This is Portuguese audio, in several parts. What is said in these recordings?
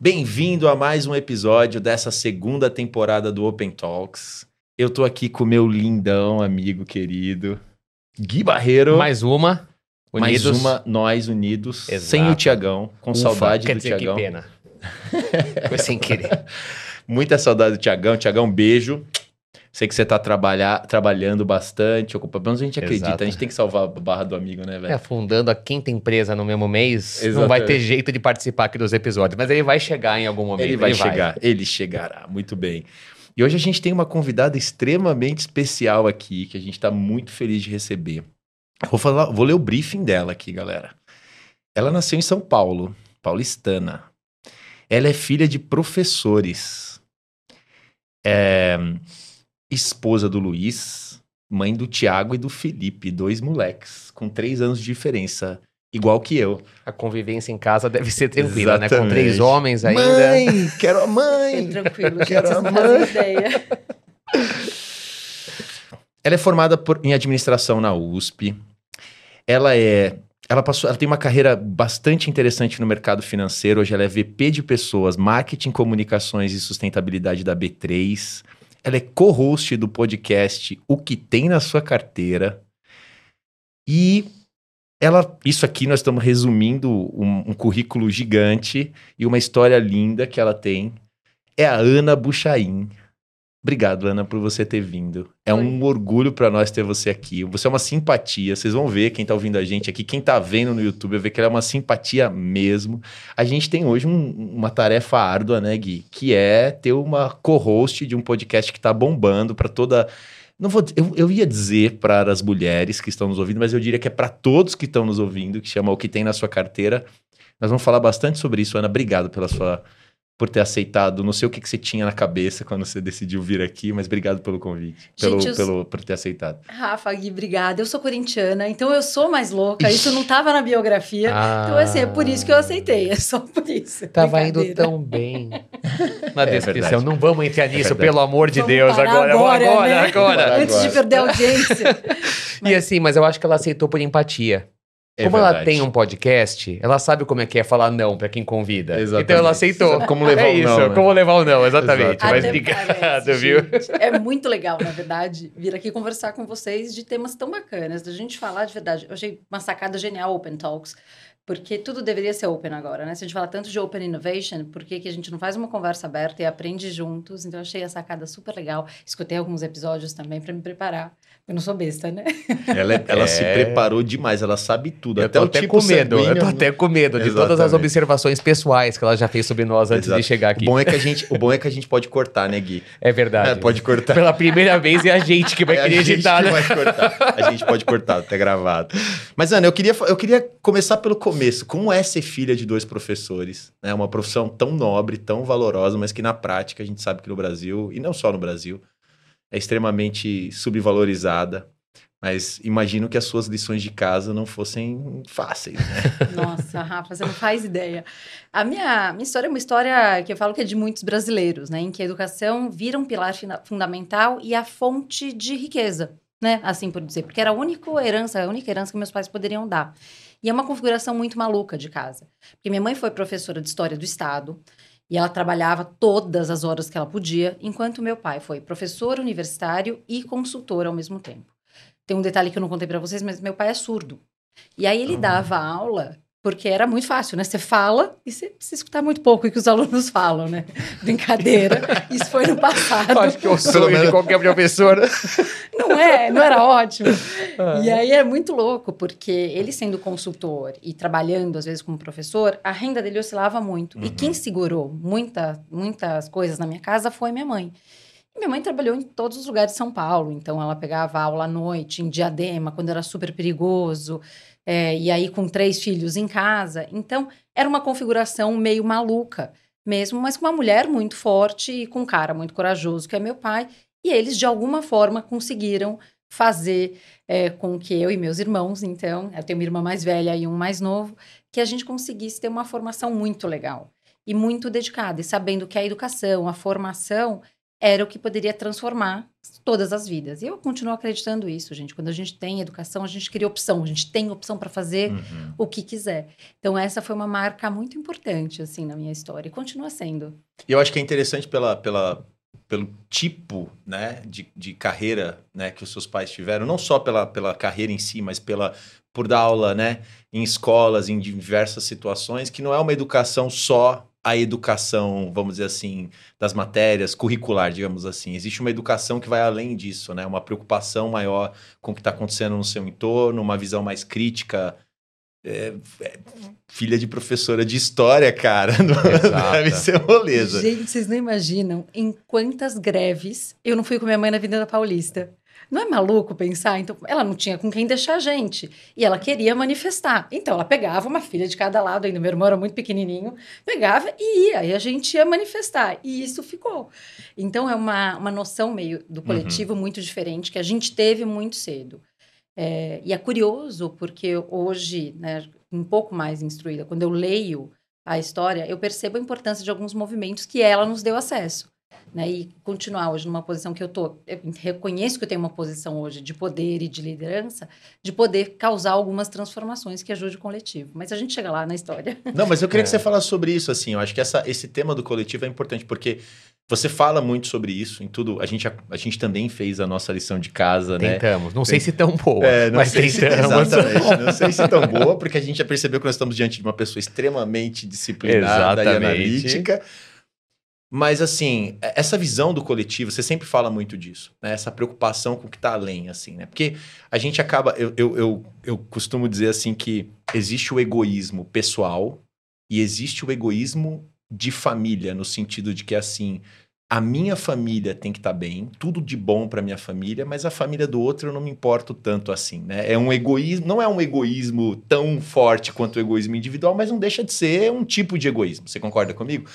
Bem-vindo a mais um episódio dessa segunda temporada do Open Talks. Eu tô aqui com o meu lindão amigo querido, Gui Barreiro. Mais uma. Unidos. Mais uma, nós unidos. Exato. Sem o Tiagão, com Ufa, saudade quer do dizer, Tiagão. Que pena. Foi sem querer. Muita saudade do Tiagão. Tiagão, um beijo. Sei que você tá trabalhando bastante, ocupado. Pelo menos a gente acredita. Exato. A gente tem que salvar a barra do amigo, né, velho? Fundando a quinta empresa no mesmo mês, Exatamente. não vai ter jeito de participar aqui dos episódios. Mas ele vai chegar em algum momento. Ele vai chegar, ele chegará, muito bem. E hoje a gente tem uma convidada extremamente especial aqui, que a gente está muito feliz de receber. Vou ler o briefing dela aqui, galera. Ela nasceu em São Paulo, paulistana. Ela é filha de professores. Esposa do Luiz, mãe do Tiago e do Felipe, 2 moleques, com 3 anos de diferença. Igual que eu. A convivência em casa deve ser tranquila, né? Com Exatamente. 3 homens ainda. Mãe, quero a mãe. Tranquilo, gente, Quero vocês a não mãe. fazem ideia. Ela é formada em administração na USP. Ela tem uma carreira bastante interessante no mercado financeiro. Hoje ela é VP de pessoas, marketing, comunicações e sustentabilidade da B3. Ela é co-host do podcast O Que Tem na Sua Carteira. E isso aqui nós estamos resumindo um currículo gigante e uma história linda que ela tem. É a Ana Buchaim. Obrigado, Ana, por você ter vindo. É um orgulho para nós ter você aqui. Você é uma simpatia. Vocês vão ver, quem tá ouvindo a gente aqui, quem tá vendo no YouTube, vai ver que ela é uma simpatia mesmo. A gente tem hoje uma tarefa árdua, né, Gui? Que é ter uma co-host de um podcast que tá bombando para toda... Eu ia dizer para as mulheres que estão nos ouvindo, mas eu diria que é para todos que estão nos ouvindo, que chama O Que Tem na Sua Carteira. Nós vamos falar bastante sobre isso, Ana. Obrigado por ter aceitado. Não sei o que você tinha na cabeça quando você decidiu vir aqui, mas obrigado pelo convite, por ter aceitado. Rafa, Gui, obrigada. Eu sou corintiana, então eu sou mais louca. Isso não estava na biografia. Então, assim, é por isso que eu aceitei. É só por isso. Tava indo tão bem na descrição. Verdade. Não vamos entrar nisso, verdade. pelo amor de Vamos Deus. parar Agora. Antes de perder a audiência. E assim, mas eu acho que ela aceitou por empatia. Como ela tem um podcast, ela sabe como é que é falar não pra quem convida. Exatamente. Então ela aceitou. Sabe como levar o não, né? Como levar o não, exatamente. Exato. Mas Até obrigado, parece, viu? gente. É muito legal, na verdade, vir aqui conversar com vocês de temas tão bacanas, da gente falar de verdade. Eu achei uma sacada genial Open Talks, porque tudo deveria ser open agora, né? Se a gente fala tanto de Open Innovation, por que a gente não faz uma conversa aberta e aprende juntos? Então, eu achei a sacada super legal. Escutei alguns episódios também para me preparar. Eu não sou besta, né? Ela se preparou demais, ela sabe tudo. Eu tô até com medo, de todas as observações pessoais que ela já fez sobre nós antes de chegar aqui. O bom é que a gente pode cortar, né, Gui? É verdade. Pode cortar. Pela primeira vez é a gente que vai querer editar, né? Vai cortar. A gente pode cortar, tá gravado. Mas, Ana, eu queria começar pelo começo. Como é ser filha de 2 professores? É uma profissão tão nobre, tão valorosa, mas que na prática a gente sabe que no Brasil, e não só no Brasil, é extremamente subvalorizada. Mas imagino que as suas lições de casa não fossem fáceis, né? Nossa, Rafa, você não faz ideia. A minha história é uma história que eu falo que é de muitos brasileiros, né? Em que a educação vira um pilar fundamental e a fonte de riqueza, né? Assim por dizer. Porque era a única herança que meus pais poderiam dar. E é uma configuração muito maluca de casa. Porque minha mãe foi professora de História do Estado e ela trabalhava todas as horas que ela podia, enquanto meu pai foi professor universitário e consultor ao mesmo tempo. Tem um detalhe que eu não contei para vocês, mas meu pai é surdo. E aí ele dava aula, porque era muito fácil, né? Você fala e você precisa escutar muito pouco o que os alunos falam, né? Brincadeira. Isso foi no passado. Acho que é o sonho de qualquer professora. Não era ótimo. E aí é muito louco, porque ele sendo consultor e trabalhando, às vezes, como professor, a renda dele oscilava muito. E quem segurou muitas coisas na minha casa foi minha mãe. E minha mãe trabalhou em todos os lugares de São Paulo, então ela pegava aula à noite, em Diadema, quando era super perigoso, e aí com 3 filhos em casa. Então, era uma configuração meio maluca mesmo, mas com uma mulher muito forte e com um cara muito corajoso, que é meu pai. E eles, de alguma forma, conseguiram fazer com que eu e meus irmãos, então, eu tenho uma irmã mais velha e um mais novo, que a gente conseguisse ter uma formação muito legal e muito dedicada, e sabendo que a educação, a formação, era o que poderia transformar todas as vidas. E eu continuo acreditando nisso, gente. Quando a gente tem educação, a gente cria opção. A gente tem opção para fazer o que quiser. Então, essa foi uma marca muito importante, assim, na minha história. E continua sendo. E eu acho que é interessante pelo tipo, né, de carreira, né, que os seus pais tiveram. Não só pela carreira em si, mas por dar aula, né, em escolas, em diversas situações, que não é uma educação só a educação, vamos dizer assim, das matérias, curricular, digamos assim. Existe uma educação que vai além disso, né? Uma preocupação maior com o que está acontecendo no seu entorno, uma visão mais crítica. Filha de professora de história, cara. Não deve ser moleza. Gente, vocês não imaginam em quantas greves eu não fui com minha mãe na Avenida Paulista. Não é maluco pensar? Então, ela não tinha com quem deixar a gente. E ela queria manifestar. Então, ela pegava uma filha de cada lado, ainda meu irmão era muito pequenininho, pegava e ia. E a gente ia manifestar. E isso ficou. Então, é uma noção meio do coletivo muito diferente, que a gente teve muito cedo. E é curioso, porque hoje, né, um pouco mais instruída, quando eu leio a história, eu percebo a importância de alguns movimentos que ela nos deu acesso. Né, e continuar hoje numa posição que eu reconheço que eu tenho uma posição hoje de poder e de liderança, de poder causar algumas transformações que ajudem o coletivo. Mas a gente chega lá na história. Não, mas eu queria que você falasse sobre isso, assim, eu acho que esse tema do coletivo é importante, porque você fala muito sobre isso em tudo, a gente também fez a nossa lição de casa, né? Tentamos, não sei se tão boa, mas tentamos. Exatamente, não sei se tão boa, porque a gente já percebeu que nós estamos diante de uma pessoa extremamente disciplinada e analítica. Mas, assim, essa visão do coletivo, você sempre fala muito disso, né? Essa preocupação com o que está além, assim, né? Porque a gente acaba... Eu costumo dizer, assim, que existe o egoísmo pessoal e existe o egoísmo de família, no sentido de que, assim, a minha família tem que estar bem, tudo de bom para minha família, mas a família do outro eu não me importo tanto assim, né? É um egoísmo, não é um egoísmo tão forte quanto o egoísmo individual, mas não deixa de ser um tipo de egoísmo. Você concorda comigo?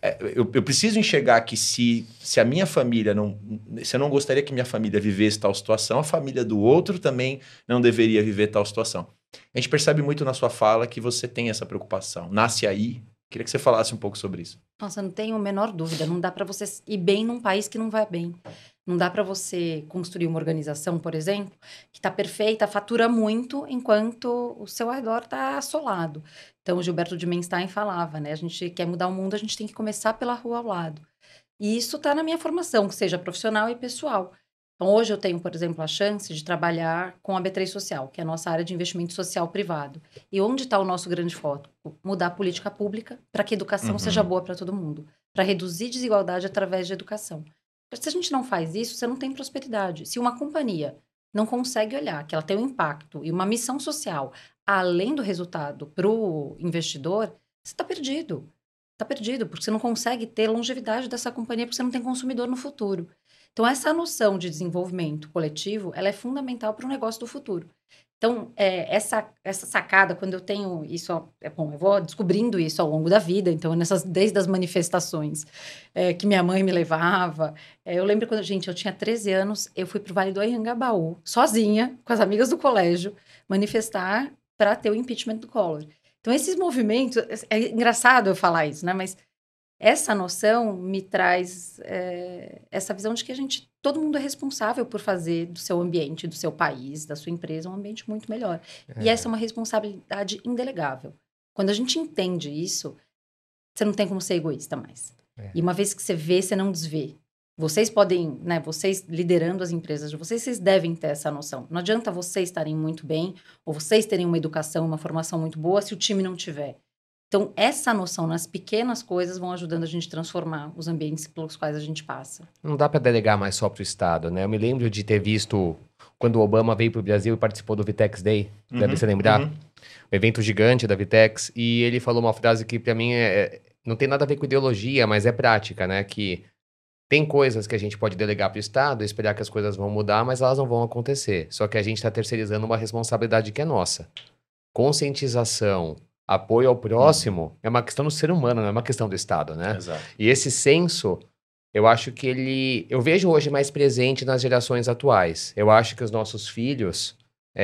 Eu preciso enxergar que se a minha família não... Se eu não gostaria que minha família vivesse tal situação, a família do outro também não deveria viver tal situação. A gente percebe muito na sua fala que você tem essa preocupação. Nasce aí. Queria que você falasse um pouco sobre isso. Nossa, não tenho a menor dúvida. Não dá para você ir bem num país que não vai bem. Não dá para você construir uma organização, por exemplo, que está perfeita, fatura muito, enquanto o seu redor está assolado. Então, o Gilberto de Menstein falava, né? A gente quer mudar o mundo, a gente tem que começar pela rua ao lado. E isso está na minha formação, que seja profissional e pessoal. Então, hoje eu tenho, por exemplo, a chance de trabalhar com a B3 Social, que é a nossa área de investimento social privado. E onde está o nosso grande foco? Mudar a política pública para que a educação seja boa para todo mundo. Para reduzir desigualdade através de educação. Se a gente não faz isso, você não tem prosperidade. Se uma companhia não consegue olhar que ela tem um impacto e uma missão social além do resultado para o investidor, você está perdido. Está perdido, porque você não consegue ter longevidade dessa companhia, porque você não tem consumidor no futuro. Então, essa noção de desenvolvimento coletivo, ela é fundamental para o negócio do futuro. Então, essa sacada, quando eu tenho isso... Bom, eu vou descobrindo isso ao longo da vida. Então, desde as manifestações que minha mãe me levava. Eu lembro quando, gente, eu tinha 13 anos, eu fui para o Vale do Anhangabaú, sozinha, com as amigas do colégio, manifestar para ter o impeachment do Collor. Então, esses movimentos... É engraçado eu falar isso, né? Mas essa noção me traz essa visão de que todo mundo é responsável por fazer do seu ambiente, do seu país, da sua empresa, um ambiente muito melhor. E essa é uma responsabilidade indelegável. Quando a gente entende isso, você não tem como ser egoísta mais. E uma vez que você vê, você não desvê. Vocês podem, né, vocês liderando as empresas de vocês devem ter essa noção. Não adianta vocês estarem muito bem, ou vocês terem uma educação, uma formação muito boa, se o time não tiver. Então, essa noção nas pequenas coisas vão ajudando a gente a transformar os ambientes pelos quais a gente passa. Não dá para delegar mais só para o Estado, né? Eu me lembro de ter visto quando o Obama veio para o Brasil e participou do Vitex Day, deve se lembrar? Um evento gigante da Vitex, e ele falou uma frase que para mim não tem nada a ver com ideologia, mas é prática, né? Que tem coisas que a gente pode delegar para o Estado, esperar que as coisas vão mudar, mas elas não vão acontecer. Só que a gente está terceirizando uma responsabilidade que é nossa. Conscientização, apoio ao próximo é uma questão do ser humano, não é uma questão do Estado, né? Exato. E esse senso, eu acho que eu vejo hoje mais presente nas gerações atuais. Eu acho que os nossos filhos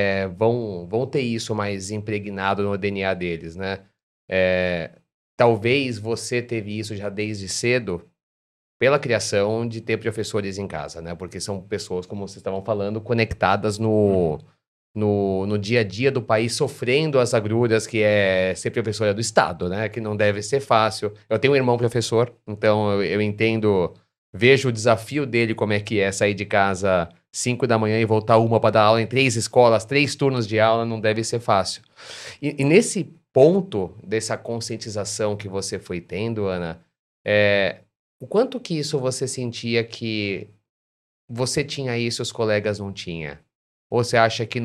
vão ter isso mais impregnado no DNA deles, né? Talvez você teve isso já desde cedo, pela criação de ter professores em casa, né? Porque são pessoas, como vocês estavam falando, conectadas no dia a dia do país, sofrendo as agruras que é ser professora do Estado, né? Que não deve ser fácil. Eu tenho um irmão professor, então eu entendo, vejo o desafio dele, como é que é sair de casa 5 da manhã e voltar 1 para dar aula em 3 escolas, 3 turnos de aula, não deve ser fácil. E nesse ponto dessa conscientização que você foi tendo, Ana, o quanto que isso você sentia que você tinha isso e os colegas não tinham? Ou você acha que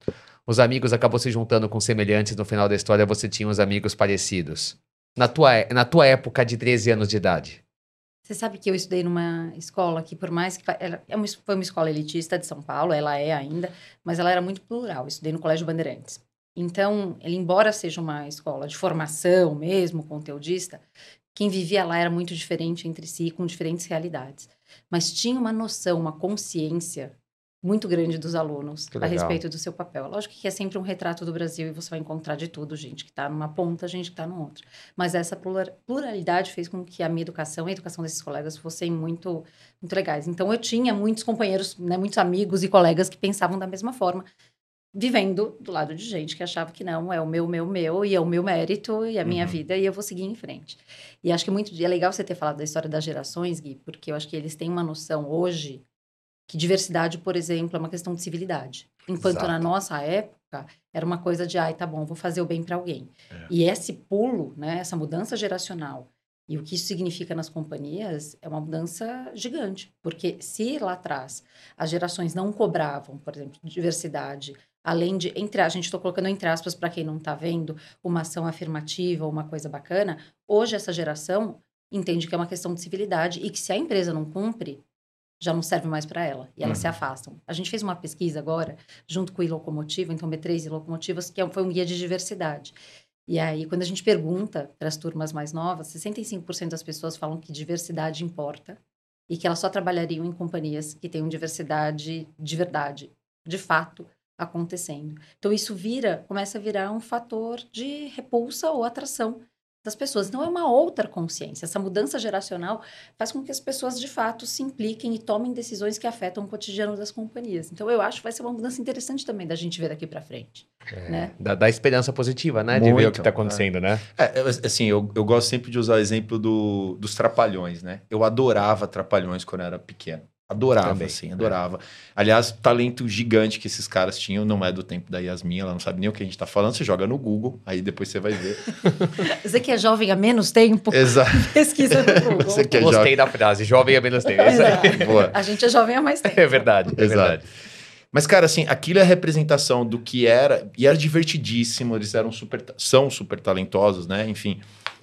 os amigos acabam se juntando com semelhantes, no final da história você tinha uns amigos parecidos? Na tua época de 13 anos de idade. Você sabe que eu estudei numa escola que, por mais que foi uma escola elitista de São Paulo, ela é ainda, mas ela era muito plural. Eu estudei no Colégio Bandeirantes. Então, embora seja uma escola de formação mesmo, conteudista, quem vivia lá era muito diferente entre si, com diferentes realidades. Mas tinha uma noção, uma consciência muito grande dos alunos a respeito do seu papel. Lógico que é sempre um retrato do Brasil e você vai encontrar de tudo, gente que está numa ponta, gente que está no outro. Mas essa pluralidade fez com que a minha educação e a educação desses colegas fossem muito, muito legais. Então, eu tinha muitos companheiros, né, muitos amigos e colegas que pensavam da mesma forma, vivendo do lado de gente que achava que não, é o meu, e é o meu mérito, e a minha vida, e eu vou seguir em frente. E acho que é legal você ter falado da história das gerações, Gui, porque eu acho que eles têm uma noção hoje que diversidade, por exemplo, é uma questão de civilidade. Enquanto na nossa época, era uma coisa de, tá bom, vou fazer o bem para alguém. E esse pulo, né, essa mudança geracional, e o que isso significa nas companhias, é uma mudança gigante. Porque se lá atrás as gerações não cobravam, por exemplo, diversidade, além de, a gente estou colocando entre aspas para quem não está vendo, uma ação afirmativa, uma coisa bacana, hoje essa geração entende que é uma questão de civilidade e que se a empresa não cumpre, já não serve mais para ela, e elas se afastam. A gente fez uma pesquisa agora, junto com o iLocomotiva, então B3 e Locomotivas, que foi um guia de diversidade. E aí, quando a gente pergunta para as turmas mais novas, 65% das pessoas falam que diversidade importa e que elas só trabalhariam em companhias que tenham diversidade de verdade, de fato, acontecendo. Então, isso começa a virar um fator de repulsa ou atração das pessoas. Então, é uma outra consciência. Essa mudança geracional faz com que as pessoas, de fato, se impliquem e tomem decisões que afetam o cotidiano das companhias. Então, eu acho que vai ser uma mudança interessante também da gente ver daqui para frente. Né? Dá esperança positiva, né? De ver o que está acontecendo, né? Assim, eu gosto sempre de usar o exemplo dos Trapalhões, né? Eu adorava Trapalhões quando eu era pequeno. Adorava, também, assim, adorava. Aliás, talento gigante que esses caras tinham, não é do tempo da Yasmin, ela não sabe nem o que a gente tá falando, você joga no Google, aí depois você vai ver. Você que é jovem há menos tempo, exato. Pesquisa no Google. Você que é Gostei jovem. da frase, jovem há menos tempo. Boa. A gente é jovem há mais tempo. É verdade, é verdade. Mas, cara, assim, aquilo é a representação do que era, e era divertidíssimo, eles são super talentosos, né, enfim.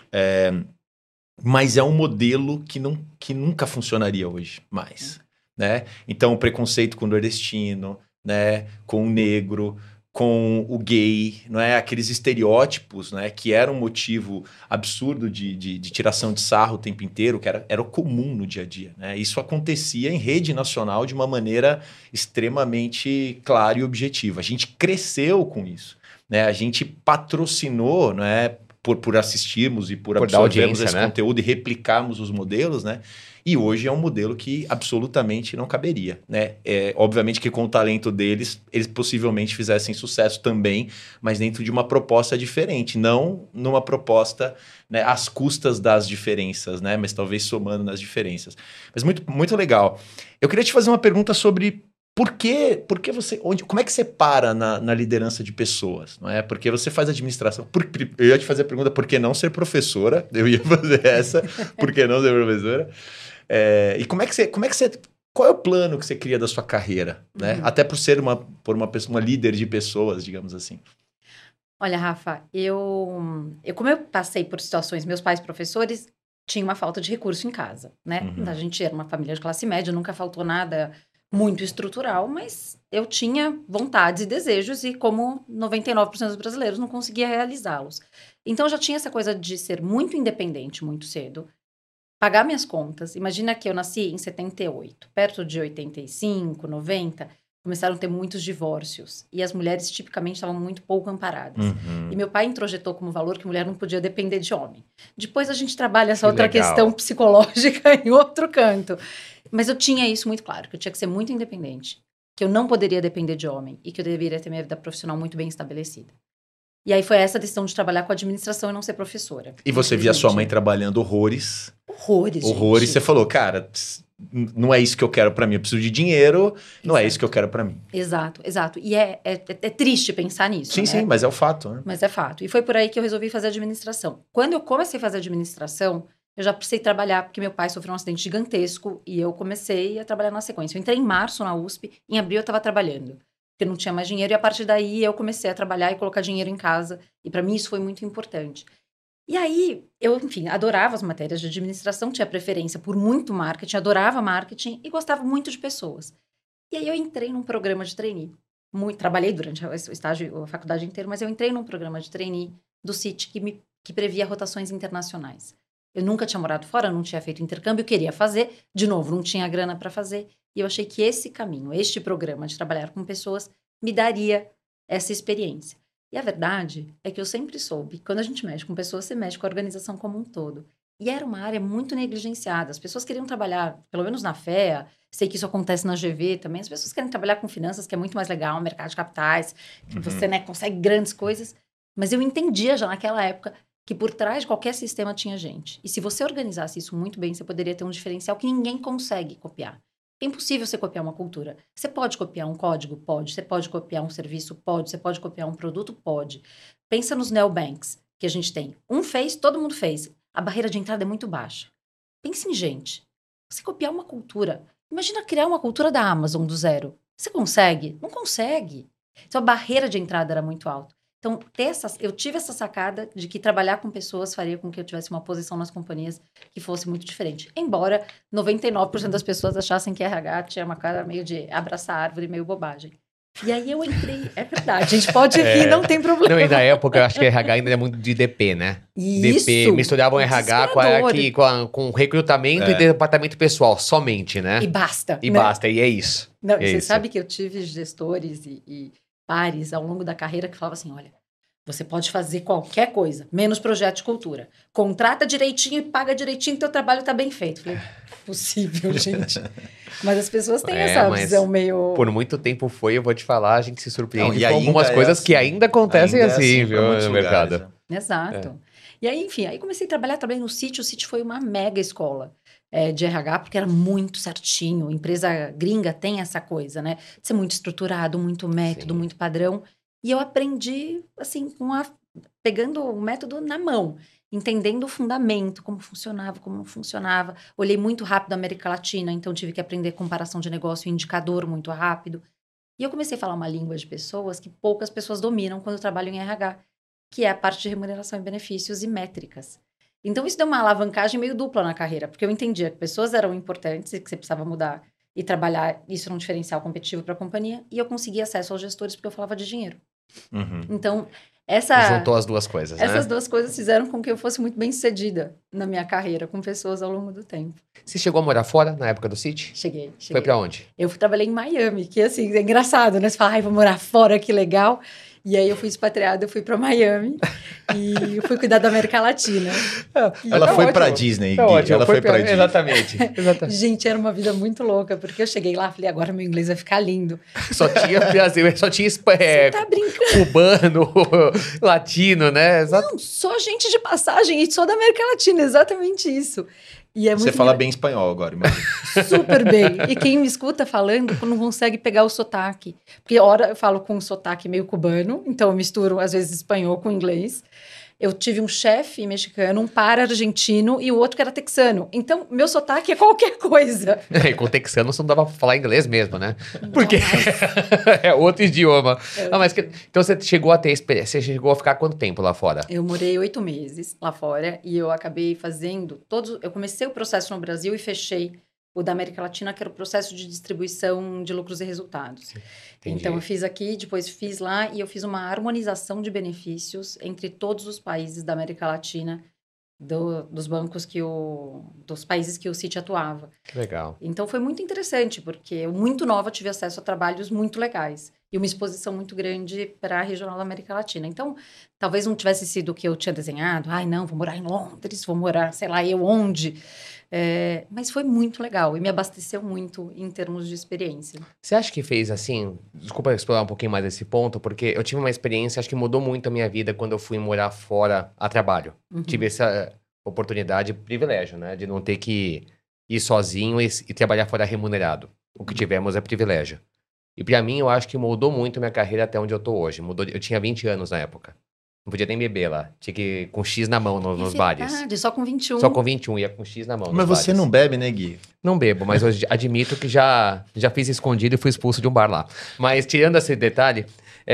Mas é um modelo que nunca funcionaria hoje mais. Né? Então, o preconceito com o nordestino, né? Com o negro, com o gay, não é? Aqueles estereótipos, né? Que era um motivo absurdo de tiração de sarro o tempo inteiro, que era o comum no dia a dia. Né? Isso acontecia em rede nacional de uma maneira extremamente clara e objetiva. A gente cresceu com isso. Né? A gente patrocinou, né? Por assistirmos e por absorvermos esse conteúdo e replicarmos os modelos, né? E hoje é um modelo que absolutamente não caberia, né? Obviamente que com o talento deles, eles possivelmente fizessem sucesso também, mas dentro de uma proposta diferente, não numa proposta, né, às custas das diferenças, né? Mas talvez somando nas diferenças. Mas muito, muito legal. Eu queria te fazer uma pergunta sobre por que você... como é que você para na liderança de pessoas? Não é? Porque você faz administração... eu ia te fazer a pergunta, por que não ser professora? Eu ia fazer essa, por que não ser professora? E como é que você... Qual é o plano que você cria da sua carreira? Né? Até por ser uma líder de pessoas, digamos assim. Olha, Rafa, como eu passei por situações... Meus pais professores tinham uma falta de recurso em casa, né? A gente era uma família de classe média, nunca faltou nada... muito estrutural, mas eu tinha vontades e desejos e como 99% dos brasileiros não conseguia realizá-los. Então, eu já tinha essa coisa de ser muito independente muito cedo, pagar minhas contas. Imagina que eu nasci em 78, perto de 85, 90, começaram a ter muitos divórcios. E as mulheres, tipicamente, estavam muito pouco amparadas. E meu pai introjetou como valor que mulher não podia depender de homem. Depois a gente trabalha essa outra questão psicológica em outro canto. Mas eu tinha isso muito claro, que eu tinha que ser muito independente, que eu não poderia depender de homem e que eu deveria ter minha vida profissional muito bem estabelecida. E aí foi essa decisão de trabalhar com administração e não ser professora. E você via sua mãe trabalhando horrores. Horrores, Horrores. gente. Você falou, cara, não é isso que eu quero pra mim. Eu preciso de dinheiro, não é isso que eu quero pra mim. Exato, exato. E é triste pensar nisso, Sim, né? sim, mas é o fato, né? Mas é fato. E foi por aí que eu resolvi fazer administração. Quando eu comecei a fazer administração, eu já precisei trabalhar, porque meu pai sofreu um acidente gigantesco e eu comecei a trabalhar na sequência. Eu entrei em março na USP, em abril eu estava trabalhando, porque não tinha mais dinheiro, e a partir daí eu comecei a trabalhar e colocar dinheiro em casa, e para mim isso foi muito importante. E aí, eu, enfim, adorava as matérias de administração, tinha preferência por muito marketing, adorava marketing e gostava muito de pessoas. E aí eu entrei num programa de trainee. Trabalhei durante o estágio, a faculdade inteira, mas eu entrei num programa de trainee do CIT que previa rotações internacionais. Eu nunca tinha morado fora, não tinha feito intercâmbio, queria fazer, de novo, não tinha grana para fazer. E eu achei que esse caminho, este programa de trabalhar com pessoas, me daria essa experiência. E a verdade é que eu sempre soube, quando a gente mexe com pessoas, você mexe com a organização como um todo. E era uma área muito negligenciada. As pessoas queriam trabalhar, pelo menos na FEA, sei que isso acontece na GV também, as pessoas querem trabalhar com finanças, que é muito mais legal, mercado de capitais, que você, né, consegue grandes coisas. Mas eu entendia já naquela época que por trás de qualquer sistema tinha gente. E se você organizasse isso muito bem, você poderia ter um diferencial que ninguém consegue copiar. É impossível você copiar uma cultura. Você pode copiar um código? Pode. Você pode copiar um serviço? Pode. Você pode copiar um produto? Pode. Pensa nos neobanks que a gente tem. Um fez, todo mundo fez. A barreira de entrada é muito baixa. Pense em gente. Você copiar uma cultura. Imagina criar uma cultura da Amazon do zero. Você consegue? Não consegue. Então a barreira de entrada era muito alta. Então, eu tive essa sacada de que trabalhar com pessoas faria com que eu tivesse uma posição nas companhias que fosse muito diferente. Embora 99% das pessoas achassem que RH tinha uma cara meio de abraçar árvore, meio bobagem. E aí eu entrei, é verdade, a gente pode rir, não tem problema. Não, e na época eu acho que RH ainda é muito de DP, né? Isso, DP, misturavam RH com recrutamento e departamento pessoal, somente, né? E basta. E né? basta, e é isso. Não, é você isso. sabe que eu tive gestores e pares ao longo da carreira que falavam assim, olha, você pode fazer qualquer coisa, menos projeto de cultura. Contrata direitinho e paga direitinho, teu trabalho tá bem feito. Falei, possível, gente. Mas as pessoas têm essa visão meio... Por muito tempo eu vou te falar, a gente se surpreende com algumas coisas assim, que ainda acontecem assim, viu, no mercado. Lugares, né? Exato. E aí, enfim, aí comecei a trabalhei no CIT. O CIT foi uma mega escola de RH, porque era muito certinho. Empresa gringa tem essa coisa, né? De ser muito estruturado, muito método, muito padrão. E eu aprendi, assim, pegando o método na mão, entendendo o fundamento, como funcionava, como não funcionava. Olhei muito rápido a América Latina, então tive que aprender comparação de negócio e indicador muito rápido. E eu comecei a falar uma língua de pessoas que poucas pessoas dominam quando trabalham em RH, que é a parte de remuneração e benefícios e métricas. Então, isso deu uma alavancagem meio dupla na carreira, porque eu entendia que pessoas eram importantes e que você precisava mudar e trabalhar, isso era um diferencial competitivo para a companhia, e eu conseguia acesso aos gestores porque eu falava de dinheiro. Então, juntou as duas coisas, né? Essas duas coisas fizeram com que eu fosse muito bem sucedida na minha carreira com pessoas ao longo do tempo. Você chegou a morar fora na época do CIT? Cheguei. Foi pra onde? Eu trabalhei em Miami, que assim, é engraçado, né? Você fala, ai, vou morar fora, que legal. E aí eu fui expatriada, eu fui pra Miami e fui cuidar da América Latina. Ela foi pra Disney, Gui. Ela foi pra Disney. Exatamente. Gente, era uma vida muito louca, porque eu cheguei lá e falei, agora meu inglês vai ficar lindo. Só tinha brasileiro, só tinha Você tá brincando? Cubano, latino, né? Não, só gente de passagem e só da América Latina, exatamente isso. E é muito Você fala bem espanhol agora, imagina. Super bem. E quem me escuta falando não consegue pegar o sotaque. Porque, ora, eu falo com um sotaque meio cubano, então eu misturo, às vezes, espanhol com inglês. Eu tive um chefe mexicano, um par argentino e o outro que era texano. Então, meu sotaque é qualquer coisa. E com texano você não dava pra falar inglês mesmo, né? Porque é outro idioma. Então você chegou a ter experiência, você chegou a ficar quanto tempo lá fora? Eu morei 8 meses lá fora e eu acabei fazendo eu comecei o processo no Brasil e fechei o da América Latina, que era o processo de distribuição de lucros e resultados. Entendi. Então, eu fiz aqui, depois fiz lá, e eu fiz uma harmonização de benefícios entre todos os países da América Latina, dos bancos dos países que o Citi atuava. Que legal. Então foi muito interessante, porque eu, muito nova, tive acesso a trabalhos muito legais e uma exposição muito grande para a regional da América Latina. Então, talvez não tivesse sido o que eu tinha desenhado. Ai, não, vou morar em Londres, vou morar, sei lá, eu onde. Mas foi muito legal e me abasteceu muito em termos de experiência. Você acha que fez assim? Desculpa explorar um pouquinho mais esse ponto, porque eu tive uma experiência, acho que mudou muito a minha vida quando eu fui morar fora a trabalho. Uhum. Tive essa oportunidade, privilégio, né? De não ter que ir sozinho e trabalhar fora remunerado. O que tivemos é privilégio. E pra mim, eu acho que mudou muito minha carreira até onde eu tô hoje. Eu tinha 20 anos na época. Não podia nem beber lá. Tinha que ir com X na mão nos bares. Só com 21. Só com 21, ia com X na mão. Mas você não bebe, né, Gui? Não bebo, mas eu admito que já fiz escondido e fui expulso de um bar lá. Mas tirando esse detalhe,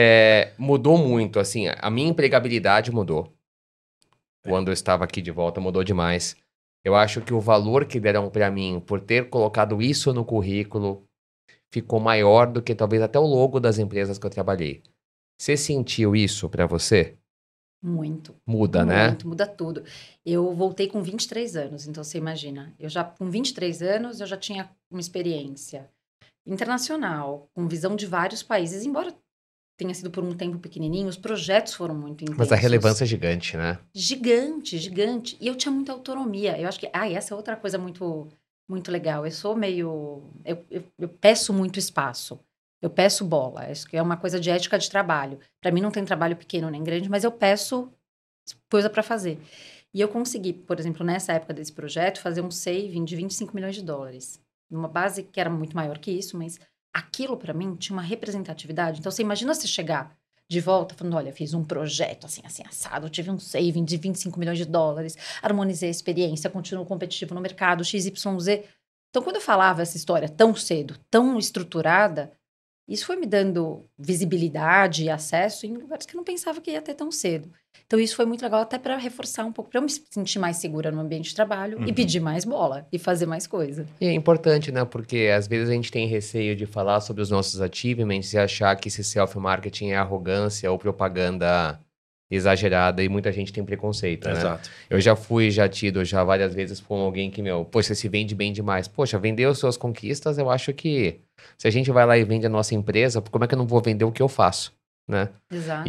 mudou muito, assim, a minha empregabilidade mudou. Quando eu estava aqui de volta, mudou demais. Eu acho que o valor que deram pra mim por ter colocado isso no currículo ficou maior do que talvez até o logo das empresas que eu trabalhei. Você sentiu isso pra você? Muito. Muda, né? Muito, muda tudo. Eu voltei com 23 anos, então você imagina. Com 23 anos, eu já tinha uma experiência internacional, com visão de vários países, embora tenha sido por um tempo pequenininho, os projetos foram muito intensos. Mas a relevância é gigante, né? Gigante, gigante. E eu tinha muita autonomia. Eu acho que, essa é outra coisa muito, muito legal. Eu sou meio... Eu peço muito espaço. Eu peço bola. Acho que é uma coisa de ética de trabalho. Para mim não tem trabalho pequeno nem grande, mas eu peço coisa para fazer. E eu consegui, por exemplo, nessa época desse projeto, fazer um saving de 25 milhões de dólares. Numa base que era muito maior que isso, mas aquilo para mim tinha uma representatividade. Então você imagina você chegar de volta falando, olha, fiz um projeto assim, assado, tive um saving de 25 milhões de dólares, harmonizei a experiência, continuo competitivo no mercado, XYZ. Então quando eu falava essa história tão cedo, tão estruturada, isso foi me dando visibilidade e acesso em lugares que eu não pensava que ia ter tão cedo. Então, isso foi muito legal até para reforçar um pouco, para eu me sentir mais segura no ambiente de trabalho e pedir mais bola e fazer mais coisa. E é importante, né? Porque às vezes a gente tem receio de falar sobre os nossos achievements e achar que esse self-marketing é arrogância ou propaganda exagerada e muita gente tem preconceito, né? Exato. Eu já tido várias vezes com alguém que, poxa, se vende bem demais. Poxa, vender as suas conquistas, eu acho que se a gente vai lá e vende a nossa empresa, como é que eu não vou vender o que eu faço, né? Exato.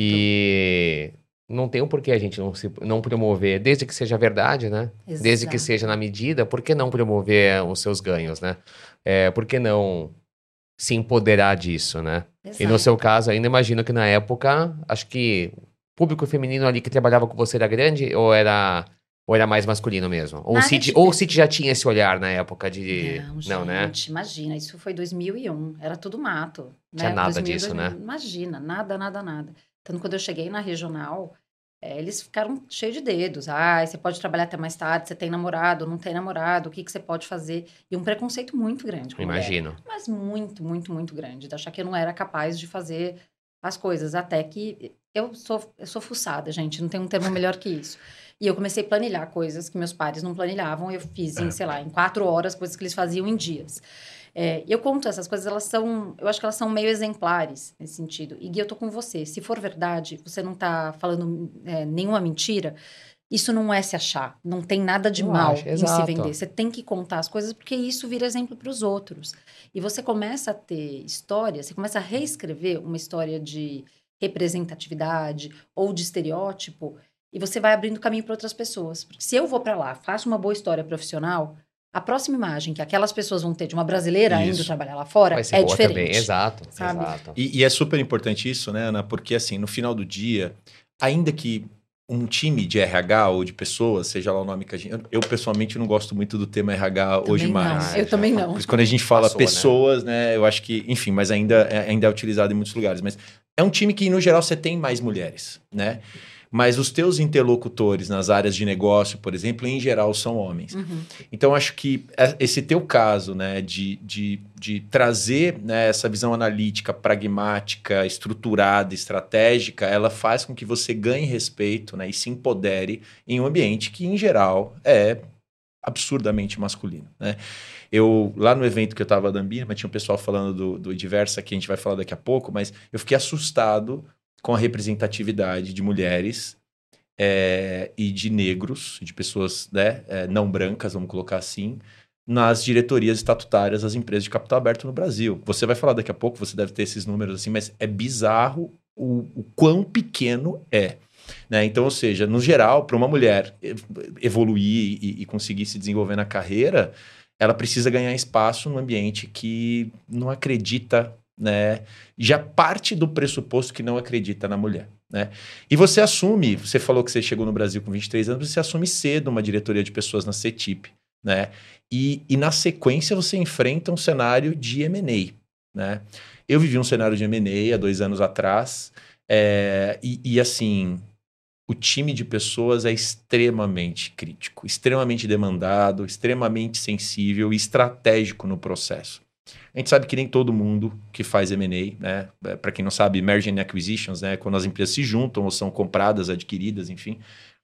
E não tem um porquê a gente não promover, desde que seja verdade, né? Exato. Desde que seja na medida, por que não promover os seus ganhos, né? Por que não se empoderar disso, né? Exato. E no seu caso, ainda imagino que na época, acho que o público feminino ali que trabalhava com você era grande ou era mais masculino mesmo? Ou o Citi já tinha esse olhar na época de... Não, né? Gente, imagina, isso foi 2001, era tudo mato. Tinha né? nada 2000, disso, 2000, né? Imagina, nada. Então, quando eu cheguei na regional, eles ficaram cheios de dedos. Você pode trabalhar até mais tarde, você tem namorado, não tem namorado, o que você pode fazer? E um preconceito muito grande com Imagino. mulher. Mas muito, muito, muito grande. De achar que eu não era capaz de fazer as coisas. Até que eu sou fuçada, gente, não tem um termo melhor que isso. E eu comecei a planilhar coisas que meus pares não planilhavam. Eu fiz em 4 horas, coisas que eles faziam em dias. Eu conto essas coisas, eu acho que elas são meio exemplares nesse sentido. E Gui, eu tô com você. Se for verdade, você não tá falando nenhuma mentira, isso não é se achar. Não tem nada de mal em se vender. Você tem que contar as coisas porque isso vira exemplo para os outros. E você começa a ter história, você começa a reescrever uma história de representatividade ou de estereótipo e você vai abrindo caminho para outras pessoas. Porque se eu vou para lá, faço uma boa história profissional, a próxima imagem que aquelas pessoas vão ter de uma brasileira indo trabalhar lá fora vai ser é boa diferente. Também. Exato. E é super importante isso, né, Ana? Porque, assim, no final do dia, ainda que um time de RH ou de pessoas, seja lá o nome que a gente... Eu, pessoalmente, não gosto muito do termo RH também hoje não. mais. Eu também não. Porque quando a gente fala Passou, pessoas, né, eu acho que... Enfim, mas ainda é utilizado em muitos lugares. Mas é um time que, no geral, você tem mais mulheres, né? Mas os teus interlocutores nas áreas de negócio, por exemplo, em geral, são homens. Uhum. Então, acho que esse teu caso, né, de trazer, né, essa visão analítica, pragmática, estruturada, estratégica, ela faz com que você ganhe respeito, né, e se empodere em um ambiente que, em geral, é absurdamente masculino, né? Lá no evento que eu estava da Ambima, tinha um pessoal falando do Diversa, que a gente vai falar daqui a pouco, mas eu fiquei assustado com a representatividade de mulheres e de negros, de pessoas, né, não brancas, vamos colocar assim, nas diretorias estatutárias das empresas de capital aberto no Brasil. Você vai falar daqui a pouco, você deve ter esses números assim, mas é bizarro o quão pequeno é. Né? Então, ou seja, no geral, para uma mulher evoluir e conseguir se desenvolver na carreira, ela precisa ganhar espaço num ambiente que não acredita, né? Já parte do pressuposto que não acredita na mulher. Né? E você assume, você falou que você chegou no Brasil com 23 anos, você assume cedo uma diretoria de pessoas na CETIP. Né? E na sequência você enfrenta um cenário de M&A. Né? Eu vivi um cenário de M&A há 2 anos atrás, assim... O time de pessoas é extremamente crítico, extremamente demandado, extremamente sensível e estratégico no processo. A gente sabe que nem todo mundo que faz M&A, né? Para quem não sabe, Merger and Acquisitions, né? Quando as empresas se juntam ou são compradas, adquiridas, enfim.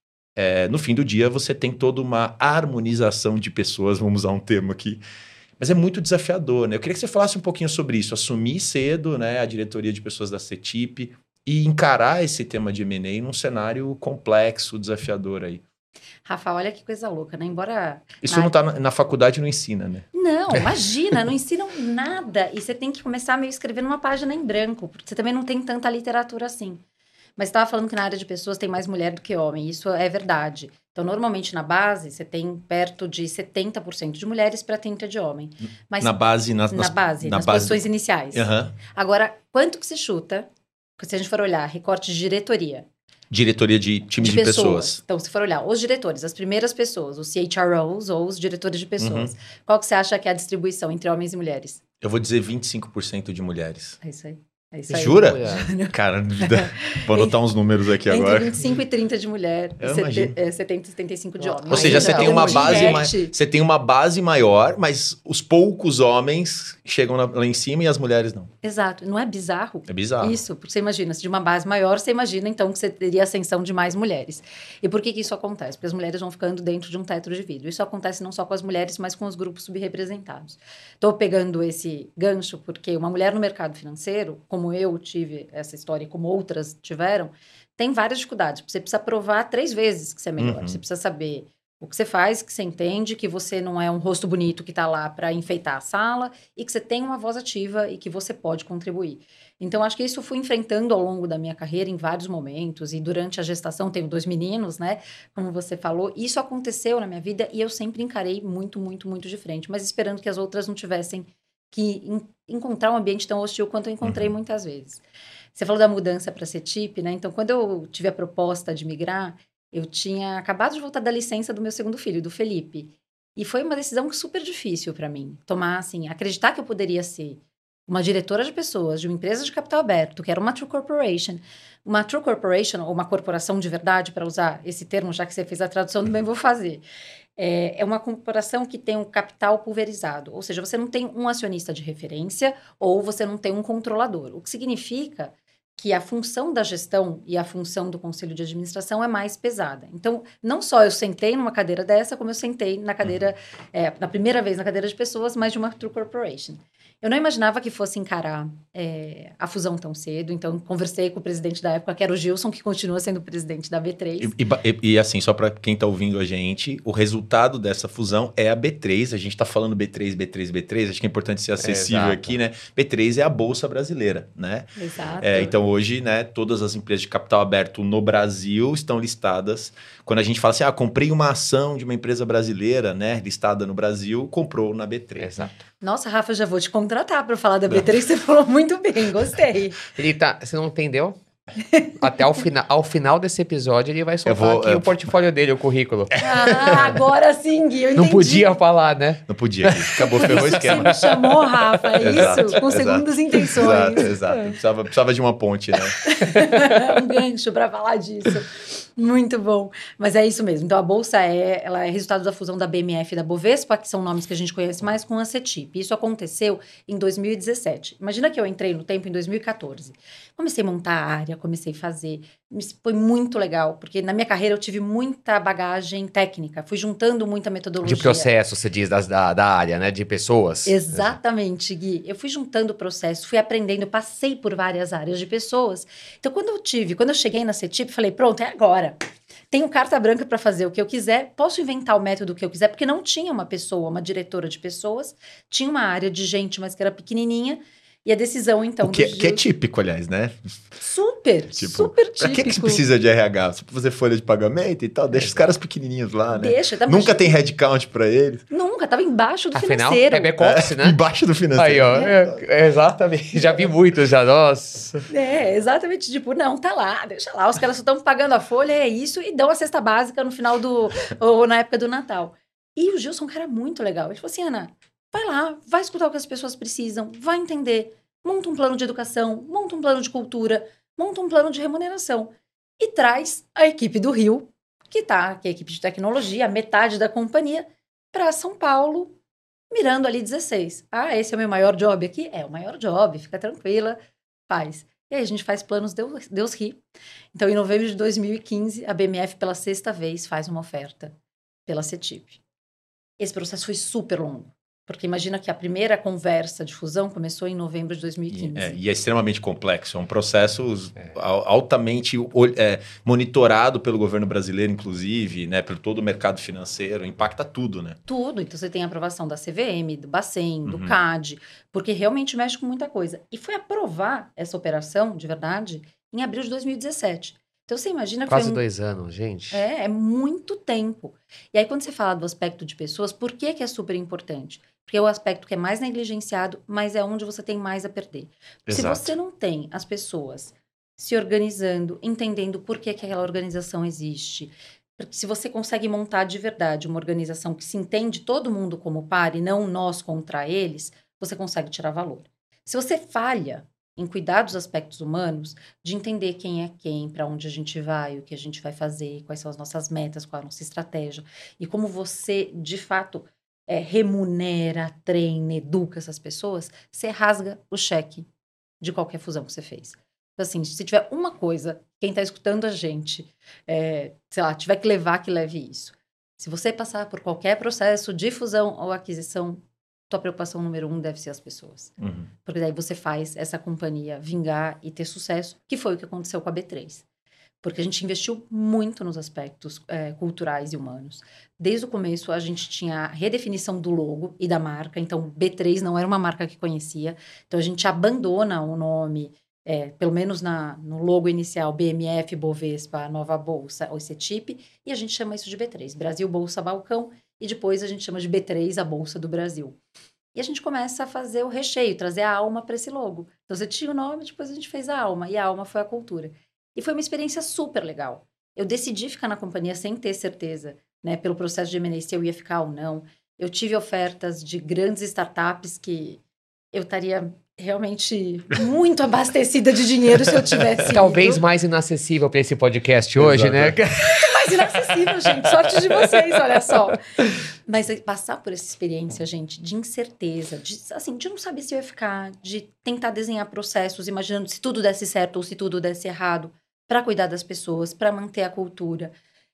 No fim do dia, você tem toda uma harmonização de pessoas, vamos usar um termo aqui. Mas é muito desafiador, né? Eu queria que você falasse um pouquinho sobre isso. Assumir cedo, né, a diretoria de pessoas da CETIP, e encarar esse tema de M&A num cenário complexo, desafiador aí. Rafa, olha que coisa louca, né? Embora... Isso não tá na faculdade, não ensina, né? Não, imagina, não ensinam nada. E você tem que começar meio escrever numa página em branco, porque você também não tem tanta literatura assim. Mas você estava falando que na área de pessoas tem mais mulher do que homem, isso é verdade. Então, normalmente na base, você tem perto de 70% de mulheres para 30% de homem. Mas na base, nas posições iniciais. Uhum. Agora, quanto que se chuta... Se a gente for olhar, recorte de diretoria. Diretoria de time de pessoas. Então, se for olhar os diretores, as primeiras pessoas, os CHROs ou os diretores de pessoas, qual que você acha que é a distribuição entre homens e mulheres? Eu vou dizer 25% de mulheres. É isso aí. É isso aí. Jura? Cara, vou anotar uns números aqui agora. Entre 25 e 30 de mulher, 70 e 75 de homem. Ou seja, você tem uma base maior, mas os poucos homens chegam lá em cima e as mulheres não. Exato. Não é bizarro? É bizarro. Isso, porque você imagina, se de uma base maior, você imagina então que você teria ascensão de mais mulheres. E por que isso acontece? Porque as mulheres vão ficando dentro de um teto de vidro. Isso acontece não só com as mulheres, mas com os grupos subrepresentados. Estou pegando esse gancho porque uma mulher no mercado financeiro, como eu tive essa história e como outras tiveram, tem várias dificuldades. Você precisa provar 3 vezes que você é melhor. Você precisa saber o que você faz, que você entende, que você não é um rosto bonito que está lá para enfeitar a sala e que você tem uma voz ativa e que você pode contribuir. Então, acho que isso eu fui enfrentando ao longo da minha carreira em vários momentos e durante a gestação, tenho 2 meninos, né? Como você falou, isso aconteceu na minha vida e eu sempre encarei muito, muito, muito de frente, mas esperando que as outras não tivessem que encontrar um ambiente tão hostil quanto eu encontrei muitas vezes. Você falou da mudança para a CETIP, né? Então, quando eu tive a proposta de migrar, eu tinha acabado de voltar da licença do meu segundo filho, do Felipe. E foi uma decisão super difícil para mim. Tomar, assim, acreditar que eu poderia ser uma diretora de pessoas de uma empresa de capital aberto, que era uma True Corporation. Uma True Corporation, ou uma corporação de verdade, para usar esse termo, já que você fez a tradução, também vou fazer. É uma corporação que tem um capital pulverizado. Ou seja, você não tem um acionista de referência ou você não tem um controlador. O que significa que a função da gestão e a função do conselho de administração é mais pesada. Então, não só eu sentei numa cadeira dessa, como eu sentei na cadeira, na primeira vez na cadeira de pessoas, mas de uma True Corporation. Eu não imaginava que fosse encarar a fusão tão cedo, então conversei com o presidente da época, que era o Gilson, que continua sendo o presidente da B3. E assim, só para quem está ouvindo a gente, o resultado dessa fusão é a B3, a gente está falando B3, acho que é importante ser acessível aqui, né? B3 é a Bolsa Brasileira, né? Exato. Então hoje, né, todas as empresas de capital aberto no Brasil estão listadas. Quando a gente fala assim, comprei uma ação de uma empresa brasileira, né, listada no Brasil, comprou na B3. Exato. Nossa, Rafa, já vou te contratar para falar da B3, você falou muito bem, gostei. Você não entendeu? Até ao final desse episódio, ele vai soltar aqui o portfólio dele, o currículo. Agora sim, Gui, eu entendi. Não podia falar, né? Não podia, acabou, ferrou o esquema. Você me chamou, Rafa, é isso? Com segundas intenções. Exato. Precisava de uma ponte, né? Um gancho para falar disso. Muito bom. Mas é isso mesmo. Então, a Bolsa ela é resultado da fusão da BMF e da Bovespa, que são nomes que a gente conhece mais, com a CETIP. Isso aconteceu em 2017. Imagina que eu entrei no tempo em 2014. Comecei a montar a área, comecei a fazer. Foi muito legal, porque na minha carreira eu tive muita bagagem técnica. Fui juntando muita metodologia. De processo, você diz, da área, né? De pessoas. Exatamente, Gui. Eu fui juntando o processo, fui aprendendo, passei por várias áreas de pessoas. Então, quando eu cheguei na CETIP, falei, pronto, é agora. Tenho carta branca para fazer o que eu quiser, posso inventar o método que eu quiser, porque não tinha uma pessoa, uma diretora de pessoas, tinha uma área de gente, mas que era pequenininha, e a decisão, então, Que é típico, aliás, né? Super, super típico. Pra que você precisa de RH? Só pra fazer folha de pagamento e tal? Deixa os caras pequenininhos lá, né? Nunca tem headcount pra eles. Nunca, tava embaixo do Afinal, financeiro. é back-office, né? Embaixo do financeiro. Aí, ó, exatamente. Já vi muitos, já, nossa. Exatamente, tipo, não, tá lá, deixa lá, os caras só estão pagando a folha, é isso, e dão a cesta básica no final ou na época do Natal. E o Gilson, um cara muito legal, ele falou assim, Ana, vai lá, vai escutar o que as pessoas precisam, vai entender, monta um plano de educação, monta um plano de cultura, monta um plano de remuneração e traz a equipe do Rio, que é a equipe de tecnologia, a metade da companhia, para São Paulo, mirando ali 16. Ah, esse é o meu maior job aqui? É o maior job, fica tranquila, faz. E aí a gente faz planos Deus ri. Então, em novembro de 2015, a BMF, pela 6ª vez, faz uma oferta pela CETIP. Esse processo foi super longo. Porque imagina que a primeira conversa de fusão começou em novembro de 2015. E é extremamente complexo. É um processo altamente monitorado pelo governo brasileiro, inclusive, né? Por todo o mercado financeiro. Impacta tudo, né? Tudo. Então, você tem a aprovação da CVM, do Bacen, do CAD, porque realmente mexe com muita coisa. E foi aprovar essa operação, de verdade, em abril de 2017. Então, você imagina que Quase 2 anos, gente. É muito tempo. E aí, quando você fala do aspecto de pessoas, por que é super importante? Porque é o aspecto que é mais negligenciado, mas é onde você tem mais a perder. Se você não tem as pessoas se organizando, entendendo por que aquela organização existe, se você consegue montar de verdade uma organização que se entende todo mundo como par e não nós contra eles, você consegue tirar valor. Se você falha em cuidar dos aspectos humanos, de entender quem é quem, para onde a gente vai, o que a gente vai fazer, quais são as nossas metas, qual a nossa estratégia, e como você, de fato, remunera, treina, educa essas pessoas, você rasga o cheque de qualquer fusão que você fez. Então, assim, se tiver uma coisa, quem está escutando a gente, sei lá, tiver que levar, que leve isso. Se você passar por qualquer processo de fusão ou aquisição, tua preocupação número 1 deve ser as pessoas. Porque daí você faz essa companhia vingar e ter sucesso, que foi o que aconteceu com a B3. Porque a gente investiu muito nos aspectos culturais e humanos. Desde o começo, a gente tinha a redefinição do logo e da marca. Então, B3 não era uma marca que conhecia. Então, a gente abandona o nome, pelo menos no logo inicial, BMF, Bovespa, Nova Bolsa ou CETIP, e a gente chama isso de B3, Brasil Bolsa Balcão, e depois a gente chama de B3, a Bolsa do Brasil. E a gente começa a fazer o recheio, trazer a alma para esse logo. Então, você tinha o nome, depois a gente fez a alma, e a alma foi a cultura. E foi uma experiência super legal. Eu decidi ficar na companhia sem ter certeza, né, pelo processo de M&A, se eu ia ficar ou não. Eu tive ofertas de grandes startups que eu estaria realmente muito abastecida de dinheiro se eu tivesse Talvez ido. mais inacessível para esse podcast hoje, né? Mais inacessível, gente. Sorte de vocês, olha só. Mas passar por essa experiência, gente, de incerteza, de não saber se eu ia ficar, de tentar desenhar processos, imaginando se tudo desse certo ou se tudo desse errado, para cuidar das pessoas, para manter a cultura.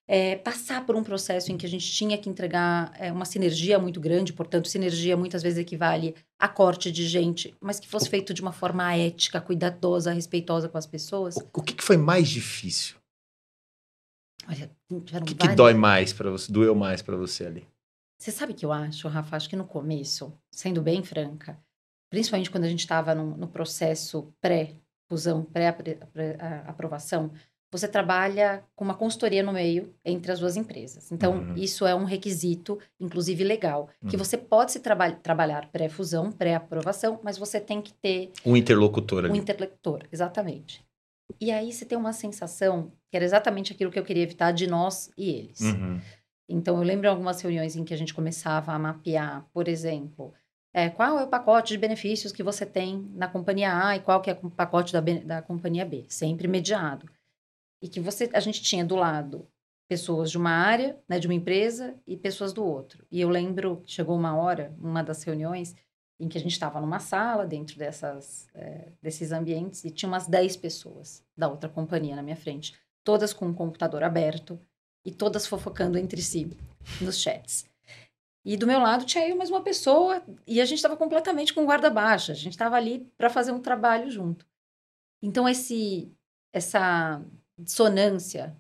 Passar por um processo em que a gente tinha que entregar uma sinergia muito grande, portanto, sinergia muitas vezes equivale a corte de gente, mas que fosse feito de uma forma ética, cuidadosa, respeitosa com as pessoas. O que foi mais difícil? Olha, o que dói mais para você, doeu mais para você ali? Você sabe o que eu acho, Rafa? Acho que no começo, sendo bem franca, principalmente quando a gente estava no processo pré-fusão, pré-aprovação, você trabalha com uma consultoria no meio entre as duas empresas. Então, isso é um requisito, inclusive legal, que você pode se trabalhar pré-fusão, pré-aprovação, mas você tem que ter... Um interlocutor ali. Um interlocutor, exatamente. E aí você tem uma sensação que era exatamente aquilo que eu queria evitar de nós e eles. Então, eu lembro de algumas reuniões em que a gente começava a mapear, por exemplo, qual é o pacote de benefícios que você tem na companhia A e qual que é o pacote da companhia B, sempre mediado. E que a gente tinha do lado pessoas de uma área, né, de uma empresa, e pessoas do outro. E eu lembro que chegou uma hora, uma das reuniões, em que a gente estava numa sala, dentro desses ambientes, e tinha umas 10 pessoas da outra companhia na minha frente, todas com o computador aberto, e todas fofocando entre si, nos chats. E do meu lado tinha eu mais uma pessoa, e a gente estava completamente com guarda baixa, a gente estava ali para fazer um trabalho junto. Então, essa dissonância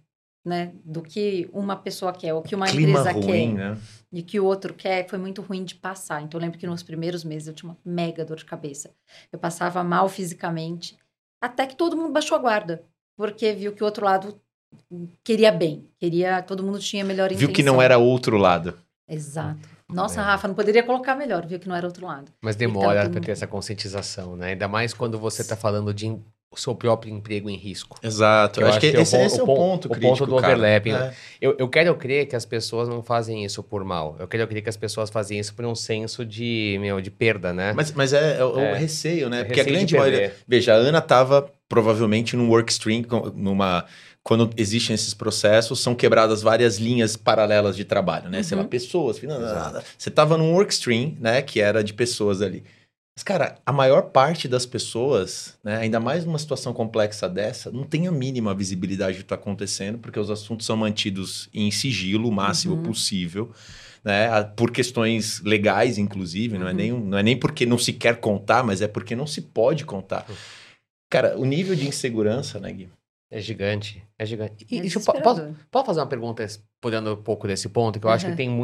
né, do que uma pessoa quer, ou que uma Clima empresa ruim, quer, né? e que o outro quer, foi muito ruim de passar. Então, eu lembro que nos primeiros meses eu tinha uma mega dor de cabeça. Eu passava mal fisicamente, até que todo mundo baixou a guarda, porque viu que o outro lado queria bem, todo mundo tinha a melhor Viu intenção. que não era outro lado. Exato. Nossa, Rafa, não poderia colocar melhor, viu que não era outro lado. Mas demora para ter essa conscientização, né? Ainda mais quando você está falando de o seu próprio emprego em risco. Exato. Eu acho que esse é o ponto crítico, ponto do cara. overlapping. É. Eu quero crer que as pessoas não fazem isso por mal. Eu quero crer que as pessoas fazem isso por um senso de perda, né? Mas é o receio, né? É Porque a receio de grande maioria... perder. Veja, a Ana estava provavelmente num workstream, quando existem esses processos, são quebradas várias linhas paralelas de trabalho, né? Sei lá, pessoas, Exato. você estava num workstream, né? Que era de pessoas ali. Mas, cara, a maior parte das pessoas, né? Ainda mais numa situação complexa dessa, não tem a mínima visibilidade do que está acontecendo, porque os assuntos são mantidos em sigilo o máximo possível, né? Por questões legais, inclusive, não é nem porque não se quer contar, mas é porque não se pode contar. Cara, o nível de insegurança, né, Gui? É gigante, é gigante. E desesperador. posso fazer uma pergunta, pulando um pouco desse ponto, que eu acho que tem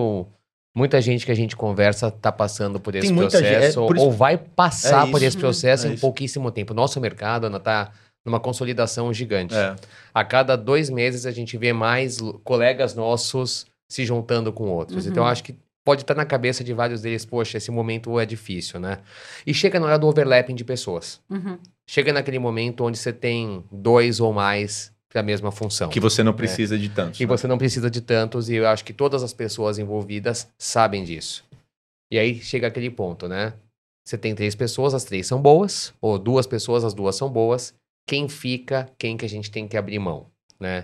muita gente que a gente conversa tá passando por esse processo, ou vai passar por esse processo em pouquíssimo tempo. Nosso mercado, Ana, tá numa consolidação gigante. A cada 2 meses a gente vê mais colegas nossos se juntando com outros. Então, eu acho que pode estar na cabeça de vários deles, poxa, esse momento é difícil, né? E chega na hora do overlapping de pessoas. Chega naquele momento onde você tem 2 ou mais para a mesma função. Que você não precisa de tantos. E você não precisa de tantos, e eu acho que todas as pessoas envolvidas sabem disso. E aí chega aquele ponto, né? Você tem 3 pessoas, as 3 são boas, ou 2 pessoas, as 2 são boas. Quem fica, quem que a gente tem que abrir mão, né?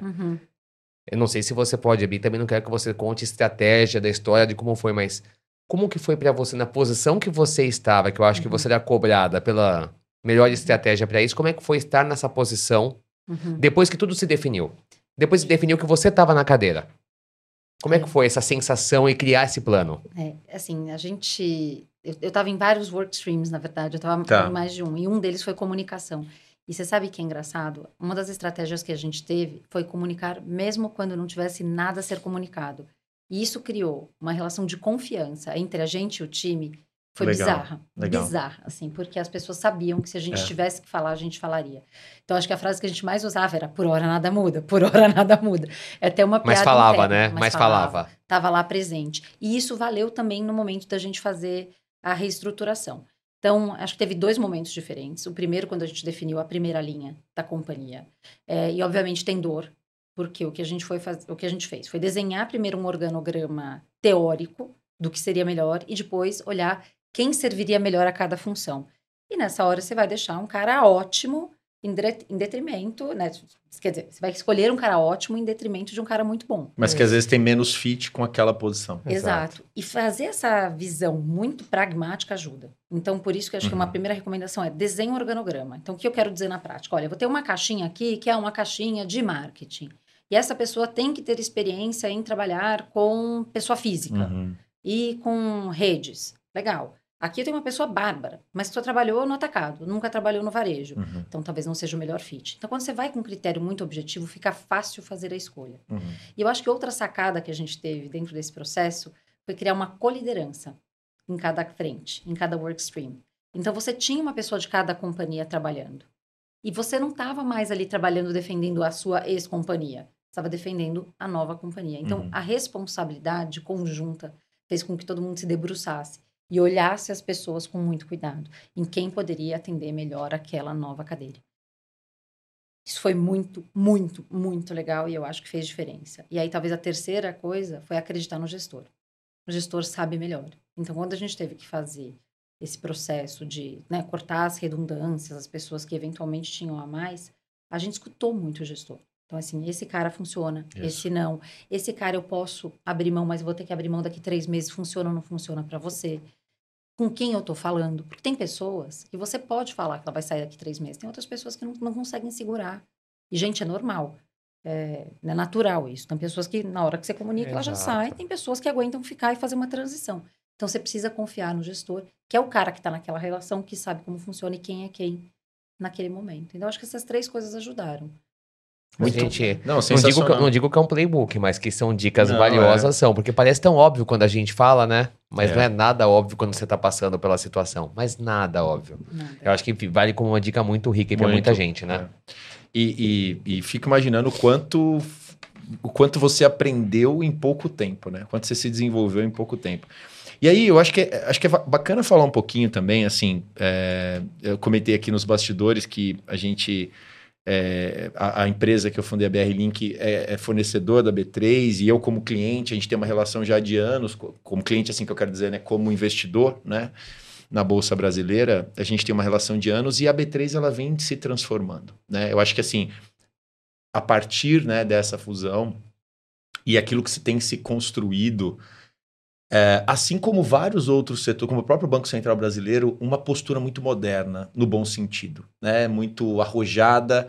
Eu não sei se você pode abrir, também não quero que você conte estratégia da história de como foi, mas como que foi para você, na posição que você estava, que eu acho que você era cobrada pela melhor estratégia para isso, como é que foi estar nessa posição depois que tudo se definiu? Depois que definiu que você estava na cadeira. Como é que foi essa sensação e criar esse plano? Assim, eu estava em vários workstreams, na verdade, eu estava em mais de um, e um deles foi comunicação. E você sabe que é engraçado? Uma das estratégias que a gente teve foi comunicar mesmo quando não tivesse nada a ser comunicado. E isso criou uma relação de confiança entre a gente e o time. Foi bizarra, assim, porque as pessoas sabiam que se a gente tivesse que falar, a gente falaria. Então, acho que a frase que a gente mais usava era, por hora nada muda, por hora nada muda. É até uma piada Mas falava, interna, né? Mas falava. Tava lá presente. E isso valeu também no momento da gente fazer a reestruturação. Então, acho que teve 2 momentos diferentes. O primeiro, quando a gente definiu a primeira linha da companhia. E, obviamente, tem dor, porque o que a gente fez foi desenhar primeiro um organograma teórico do que seria melhor e depois olhar quem serviria melhor a cada função. E nessa hora você vai deixar um cara ótimo em detrimento, né? Quer dizer, você vai escolher um cara ótimo em detrimento de um cara muito bom. Mas que às vezes tem menos fit com aquela posição. Exato. E fazer essa visão muito pragmática ajuda. Então, por isso que eu acho que uma primeira recomendação é desenhe um organograma. Então, o que eu quero dizer na prática? Olha, eu vou ter uma caixinha aqui que é uma caixinha de marketing. E essa pessoa tem que ter experiência em trabalhar com pessoa física e com redes. Legal. Aqui eu tenho uma pessoa bárbara, mas que só trabalhou no atacado, nunca trabalhou no varejo. Então, talvez não seja o melhor fit. Então, quando você vai com um critério muito objetivo, fica fácil fazer a escolha. E eu acho que outra sacada que a gente teve dentro desse processo foi criar uma coliderança em cada frente, em cada workstream. Então, você tinha uma pessoa de cada companhia trabalhando. E você não estava mais ali trabalhando defendendo a sua ex-companhia. Estava defendendo a nova companhia. Então, a responsabilidade conjunta fez com que todo mundo se debruçasse e olhasse as pessoas com muito cuidado em quem poderia atender melhor aquela nova cadeira. Isso foi muito, muito, muito legal e eu acho que fez diferença. E aí, talvez a terceira coisa foi acreditar no gestor. O gestor sabe melhor. Então, quando a gente teve que fazer esse processo de cortar as redundâncias, as pessoas que eventualmente tinham a mais, a gente escutou muito o gestor. Então, assim, esse cara funciona, esse não. Esse cara eu posso abrir mão, mas vou ter que abrir mão daqui 3 meses. Funciona ou não funciona para você? Com quem eu tô falando? Porque tem pessoas que você pode falar que ela vai sair daqui 3 meses. Tem outras pessoas que não conseguem segurar. E, gente, é normal. É natural isso. Tem pessoas que, na hora que você comunica, ela já sai. Tem pessoas que aguentam ficar e fazer uma transição. Então, você precisa confiar no gestor, que é o cara que está naquela relação, que sabe como funciona e quem é quem naquele momento. Então, acho que essas 3 coisas ajudaram. Muito. Gente, Não, não sensacional. digo que é um playbook, mas que são dicas Não, valiosas, são. Porque parece tão óbvio quando a gente fala, né? Mas É. não é nada óbvio quando você tá passando pela situação. Mas nada óbvio. Eu acho que vale como uma dica muito rica e pra muita gente, né? É. E fico imaginando o quanto você aprendeu em pouco tempo, né? Quanto você se desenvolveu em pouco tempo. E aí, eu acho que é bacana falar um pouquinho também, assim, eu comentei aqui nos bastidores que a gente, a empresa que eu fundei, a BR Link, é fornecedor da B3 e eu como cliente, a gente tem uma relação já de anos, como cliente, assim que eu quero dizer, né? Como investidor, né? Na Bolsa Brasileira, a gente tem uma relação de anos e a B3 ela vem se transformando, né? Eu acho que assim, a partir, né, dessa fusão e aquilo que se tem se construído, assim como vários outros setores, como o próprio Banco Central Brasileiro, uma postura muito moderna, no bom sentido, né? Muito arrojada,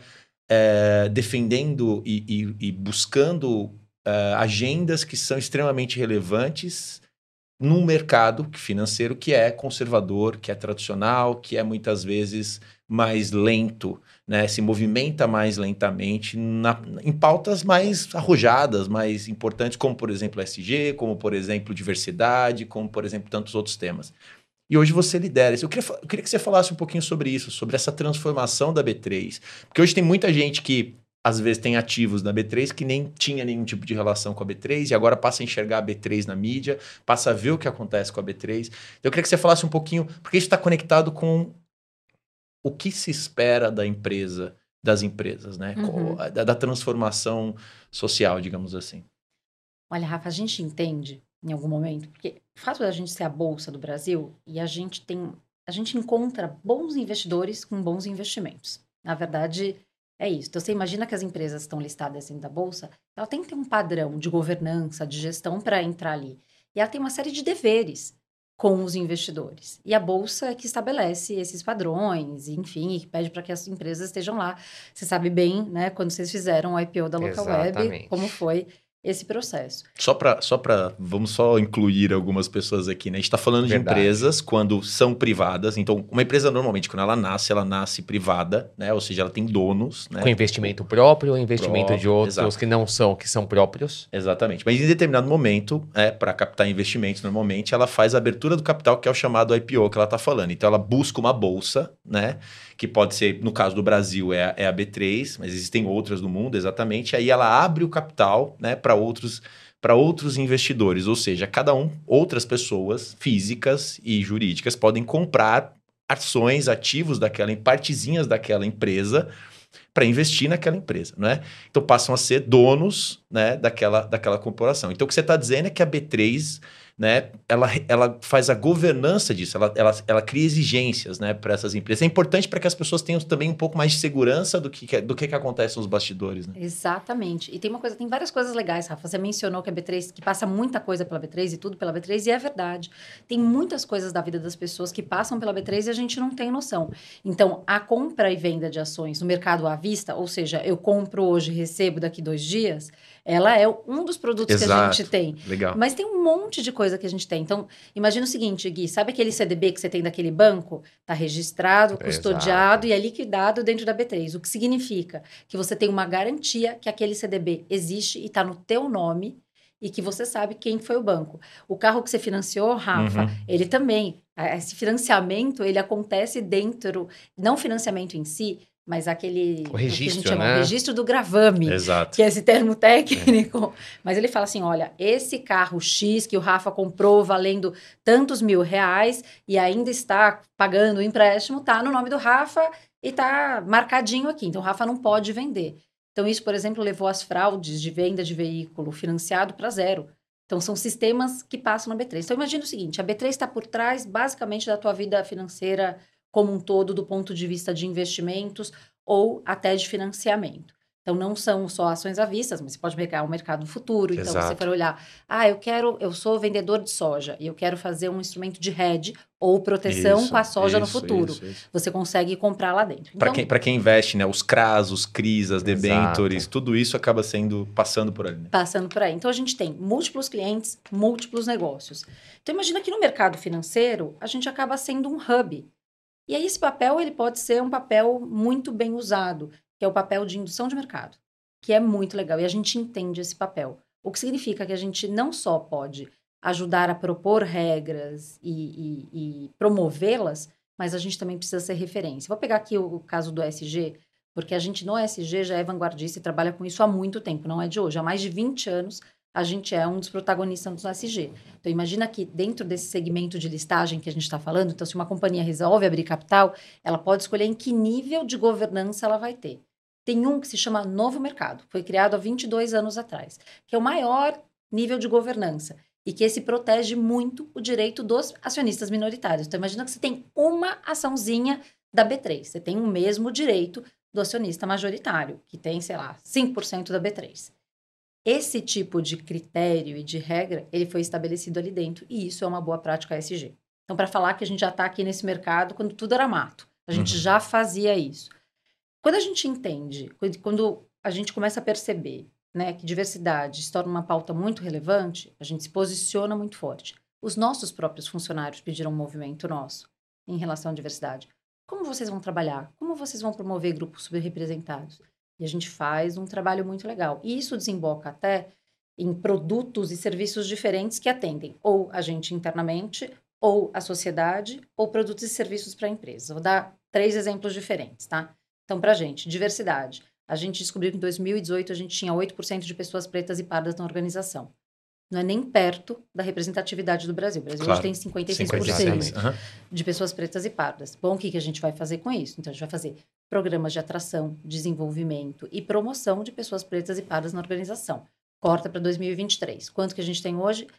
defendendo e buscando agendas que são extremamente relevantes num mercado financeiro que é conservador, que é tradicional, que é muitas vezes mais lento, né? Se movimenta mais lentamente em pautas mais arrojadas, mais importantes, como, por exemplo, SG, como, por exemplo, diversidade, como, por exemplo, tantos outros temas. E hoje você lidera isso. Eu queria que você falasse um pouquinho sobre isso, sobre essa transformação da B3. Porque hoje tem muita gente que às vezes tem ativos na B3 que nem tinha nenhum tipo de relação com a B3 e agora passa a enxergar a B3 na mídia, passa a ver o que acontece com a B3. Então, eu queria que você falasse um pouquinho, porque isso está conectado com o que se espera da empresa, das empresas, né? Da transformação social, digamos assim. Olha, Rafa, a gente entende em algum momento, porque o fato da gente ser a Bolsa do Brasil e a gente encontra bons investidores com bons investimentos. Na verdade, é isso. Então, você imagina que as empresas estão listadas dentro da Bolsa, ela tem que ter um padrão de governança, de gestão para entrar ali. E ela tem uma série de deveres com os investidores. E a Bolsa é que estabelece esses padrões, enfim, e que pede para que as empresas estejam lá. Você sabe bem, né, quando vocês fizeram o IPO da Localweb, Exatamente. como foi esse processo. Vamos só incluir algumas pessoas aqui, né? A gente está falando de empresas quando são privadas. Então, uma empresa normalmente, quando ela nasce privada, né? Ou seja, ela tem donos, né? Com investimento próprio ou investimento de outros exato. que são próprios. Exatamente. Mas em determinado momento, para captar investimentos, normalmente, ela faz a abertura do capital, que é o chamado IPO que ela está falando. Então, ela busca uma bolsa, né? Que pode ser, no caso do Brasil, é a B3, mas existem outras no mundo, exatamente. Aí ela abre o capital, né, para outros investidores, ou seja, outras pessoas físicas e jurídicas podem comprar ações, ativos partezinhas daquela empresa para investir naquela empresa, né? Então passam a ser donos, né, daquela corporação. Então o que você está dizendo é que a B3, né, ela faz a governança disso, ela cria exigências, né, para essas empresas. É importante para que as pessoas tenham também um pouco mais de segurança do que acontece nos bastidores, né? Exatamente. E tem várias coisas legais, Rafa. Você mencionou que a B3, que passa muita coisa pela B3 e tudo pela B3, e é verdade. Tem muitas coisas da vida das pessoas que passam pela B3 e a gente não tem noção. Então, a compra e venda de ações no mercado à vista, ou seja, eu compro hoje e recebo daqui 2 dias, ela é um dos produtos que a gente tem. Legal. Mas tem um monte de coisa que a gente tem. Então, imagina o seguinte, Gui, sabe aquele CDB que você tem daquele banco? Está registrado, custodiado e é liquidado dentro da B3. O que significa que você tem uma garantia que aquele CDB existe e está no teu nome e que você sabe quem foi o banco. O carro que você financiou, Rafa, ele também. Esse financiamento, ele acontece dentro, não financiamento em si, mas aquele o registro, que a gente chama, né? O registro do gravame, Exato. que é esse termo técnico. Mas ele fala assim, olha, esse carro X que o Rafa comprou valendo tantos R$1.000 e ainda está pagando o empréstimo, tá no nome do Rafa e tá marcadinho aqui. Então, o Rafa não pode vender. Então, isso, por exemplo, levou as fraudes de venda de veículo financiado para zero. Então, são sistemas que passam na B3. Então, imagina o seguinte, a B3 está por trás, basicamente, da tua vida financeira como um todo, do ponto de vista de investimentos ou até de financiamento. Então, não são só ações à vista, mas você pode pegar o mercado futuro. Então, Exato. você for olhar, eu sou vendedor de soja e eu quero fazer um instrumento de hedge ou proteção com a soja no futuro. Isso. Você consegue comprar lá dentro. Então, Para quem investe, né, os CRAs, os CRIs, as debentures, Exato. tudo isso acaba passando por ali, né? Passando por aí. Então, a gente tem múltiplos clientes, múltiplos negócios. Então, imagina que no mercado financeiro, a gente acaba sendo um hub. E aí, esse papel, ele pode ser um papel muito bem usado, que é o papel de indução de mercado. que é muito legal. E a gente entende esse papel. O que significa que a gente não só pode ajudar a propor regras e promovê-las, mas a gente também precisa ser referência. Vou pegar aqui o caso do ESG, porque a gente no ESG já é vanguardista e trabalha com isso há muito tempo, não é de hoje. Há mais de 20 anos, a gente é um dos protagonistas do ESG. Então, imagina que dentro desse segmento de listagem que a gente está falando, então, se uma companhia resolve abrir capital, ela pode escolher em que nível de governança ela vai ter. Tem um que se chama Novo Mercado, foi criado há 22 anos atrás, que é o maior nível de governança e que esse protege muito o direito dos acionistas minoritários. Então, imagina que você tem uma açãozinha da B3, você tem o mesmo direito do acionista majoritário, que tem, sei lá, 5% da B3. Esse tipo de critério e de regra, ele foi estabelecido ali dentro, e isso é uma boa prática ESG. Então, para falar que a gente já está aqui nesse mercado quando tudo era mato, a gente já fazia isso. Quando a gente entende, quando a gente começa a perceber, né, que diversidade se torna uma pauta muito relevante, a gente se posiciona muito forte. Os nossos próprios funcionários pediram um movimento nosso em relação à diversidade. Como vocês vão trabalhar? Como vocês vão promover grupos subrepresentados? E a gente faz um trabalho muito legal. E isso desemboca até em produtos e serviços diferentes que atendem ou a gente internamente, ou a sociedade, ou produtos e serviços para empresas. Vou dar 3 exemplos diferentes, tá? Então, para a gente, diversidade. A gente descobriu que em 2018 a gente tinha 8% de pessoas pretas e pardas na organização. Não é nem perto da representatividade do Brasil. O Brasil hoje tem 56% de pessoas pretas e pardas. Bom, o que a gente vai fazer com isso? Então, a gente vai fazer programas de atração, desenvolvimento e promoção de pessoas pretas e pardas na organização. Corta para 2023. Quanto que a gente tem hoje?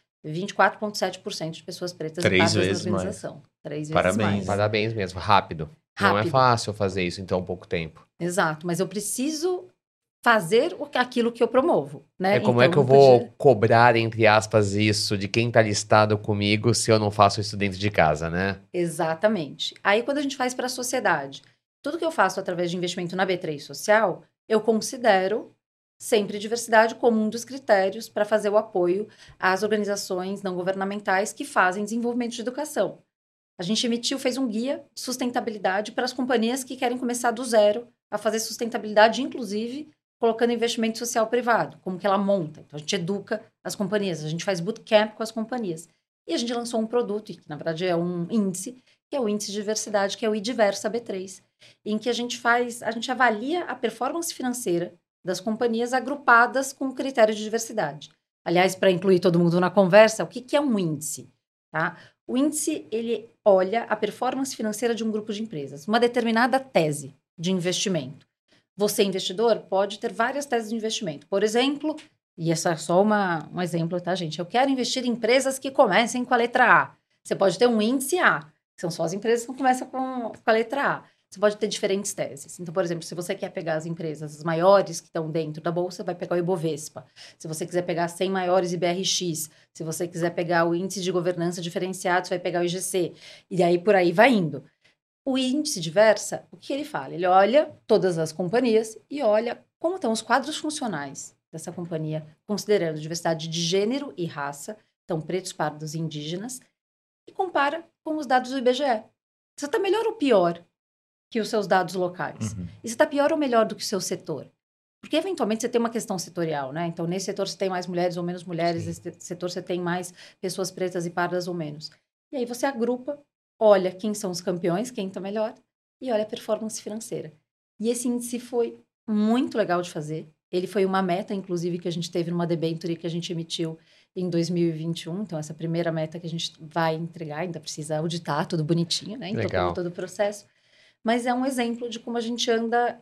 24,7% de pessoas pretas e pardas na organização. Mais. 3 vezes Parabéns. mais. Parabéns mesmo, rápido. Não é fácil fazer isso em tão pouco tempo. Exato, mas eu preciso fazer aquilo que eu promovo, né? Como é que eu vou cobrar, entre aspas, isso de quem está listado comigo se eu não faço isso dentro de casa, né? Exatamente. Aí, quando a gente faz para a sociedade, tudo que eu faço através de investimento na B3 Social, eu considero sempre diversidade como um dos critérios para fazer o apoio às organizações não governamentais que fazem desenvolvimento de educação. A gente fez um guia de sustentabilidade para as companhias que querem começar do zero a fazer sustentabilidade, inclusive colocando investimento social privado, como que ela monta. Então, a gente educa as companhias, a gente faz bootcamp com as companhias. E a gente lançou um produto, que na verdade é um índice, que é o índice de diversidade, que é o iDiversa B3, em que a gente avalia a performance financeira das companhias agrupadas com critério de diversidade. Aliás, para incluir todo mundo na conversa, o que é um índice? Tá? O índice, ele olha a performance financeira de um grupo de empresas, uma determinada tese de investimento. Você, investidor, pode ter várias teses de investimento. Por exemplo, e essa é só um exemplo, tá, gente? Eu quero investir em empresas que comecem com a letra A. Você pode ter um índice A, que são só as empresas que começam com a letra A. Você pode ter diferentes teses. Então, por exemplo, se você quer pegar as empresas as maiores que estão dentro da bolsa, vai pegar o Ibovespa. Se você quiser pegar as 100 maiores IBRX, se você quiser pegar o índice de governança diferenciado, você vai pegar o IGC. E aí, por aí vai indo. O índice Diversa, o que ele fala? Ele olha todas as companhias e olha como estão os quadros funcionais dessa companhia, considerando diversidade de gênero e raça, então pretos, pardos e indígenas, e compara com os dados do IBGE. Você está melhor ou pior que os seus dados locais? E você está pior ou melhor do que o seu setor? Porque, eventualmente, você tem uma questão setorial, né? Então, nesse setor você tem mais mulheres ou menos mulheres, nesse setor você tem mais pessoas pretas e pardas ou menos. E aí você agrupa, olha quem são os campeões, quem está melhor, e olha a performance financeira. E esse índice foi muito legal de fazer. Ele foi uma meta, inclusive, que a gente teve numa debenture que a gente emitiu em 2021. Então, essa primeira meta que a gente vai entregar, ainda precisa auditar tudo bonitinho, né? Então, Legal. todo o processo. Mas é um exemplo de como a gente anda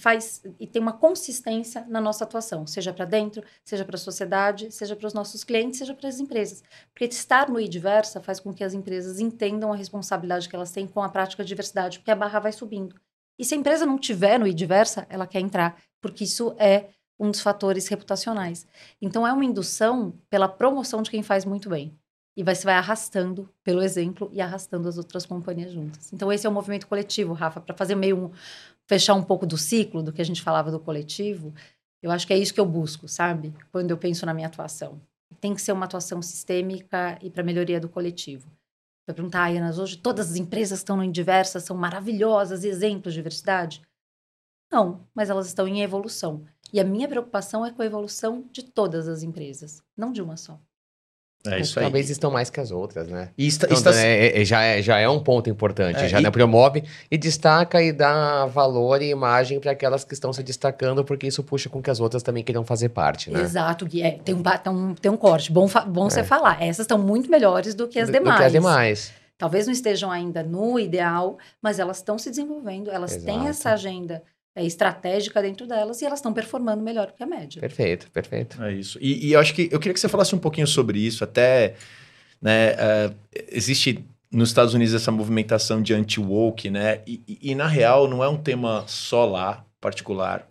e tem uma consistência na nossa atuação, seja para dentro, seja para a sociedade, seja para os nossos clientes, seja para as empresas. Porque estar no iDiversa faz com que as empresas entendam a responsabilidade que elas têm com a prática de diversidade, porque a barra vai subindo. E se a empresa não tiver no iDiversa, ela quer entrar, porque isso é um dos fatores reputacionais. Então, é uma indução pela promoção de quem faz muito bem. E você vai arrastando pelo exemplo e arrastando as outras companhias juntas. Então, esse é o movimento coletivo, Rafa, para fazer fechar um pouco do ciclo do que a gente falava do coletivo. Eu acho que é isso que eu busco, sabe? Quando eu penso na minha atuação. Tem que ser uma atuação sistêmica e para melhoria do coletivo. Vai perguntar, Ana, hoje todas as empresas que estão no iDiversa são maravilhosas, exemplos de diversidade? Não, mas elas estão em evolução. E a minha preocupação é com a evolução de todas as empresas, não de uma só. É isso aí. Talvez estão mais que as outras, né? E Então, já é um ponto importante, e- promove e destaca e dá valor e imagem para aquelas que estão se destacando, porque isso puxa com que as outras também queiram fazer parte, né? Exato, Gui. Tem um corte. Bom você falar. Essas estão muito melhores do que as demais. Do que as demais. Talvez não estejam ainda no ideal, mas elas estão se desenvolvendo, elas têm Exato. essa agenda estratégica dentro delas e elas estão performando melhor que a média. Perfeito. É isso. E eu acho que eu queria que você falasse um pouquinho sobre isso, até, né, existe nos Estados Unidos essa movimentação de anti-woke, né, e na real não é um tema só lá, particular.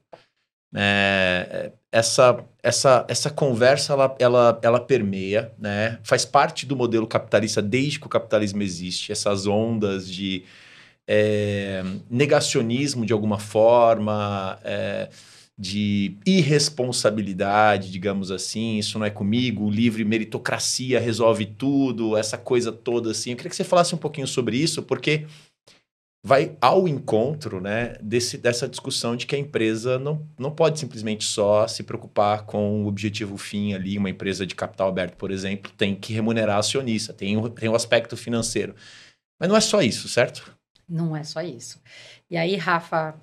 Essa conversa, ela permeia, né, faz parte do modelo capitalista desde que o capitalismo existe, essas ondas de negacionismo de alguma forma, de irresponsabilidade, digamos assim, isso não é comigo, livre meritocracia resolve tudo, essa coisa toda assim. Eu queria que você falasse um pouquinho sobre isso, porque vai ao encontro, né, dessa discussão de que a empresa não pode simplesmente só se preocupar com o objetivo fim ali. Uma empresa de capital aberto, por exemplo, tem que remunerar acionista, tem o aspecto financeiro. Mas não é só isso, certo? Não é só isso. E aí, Rafa,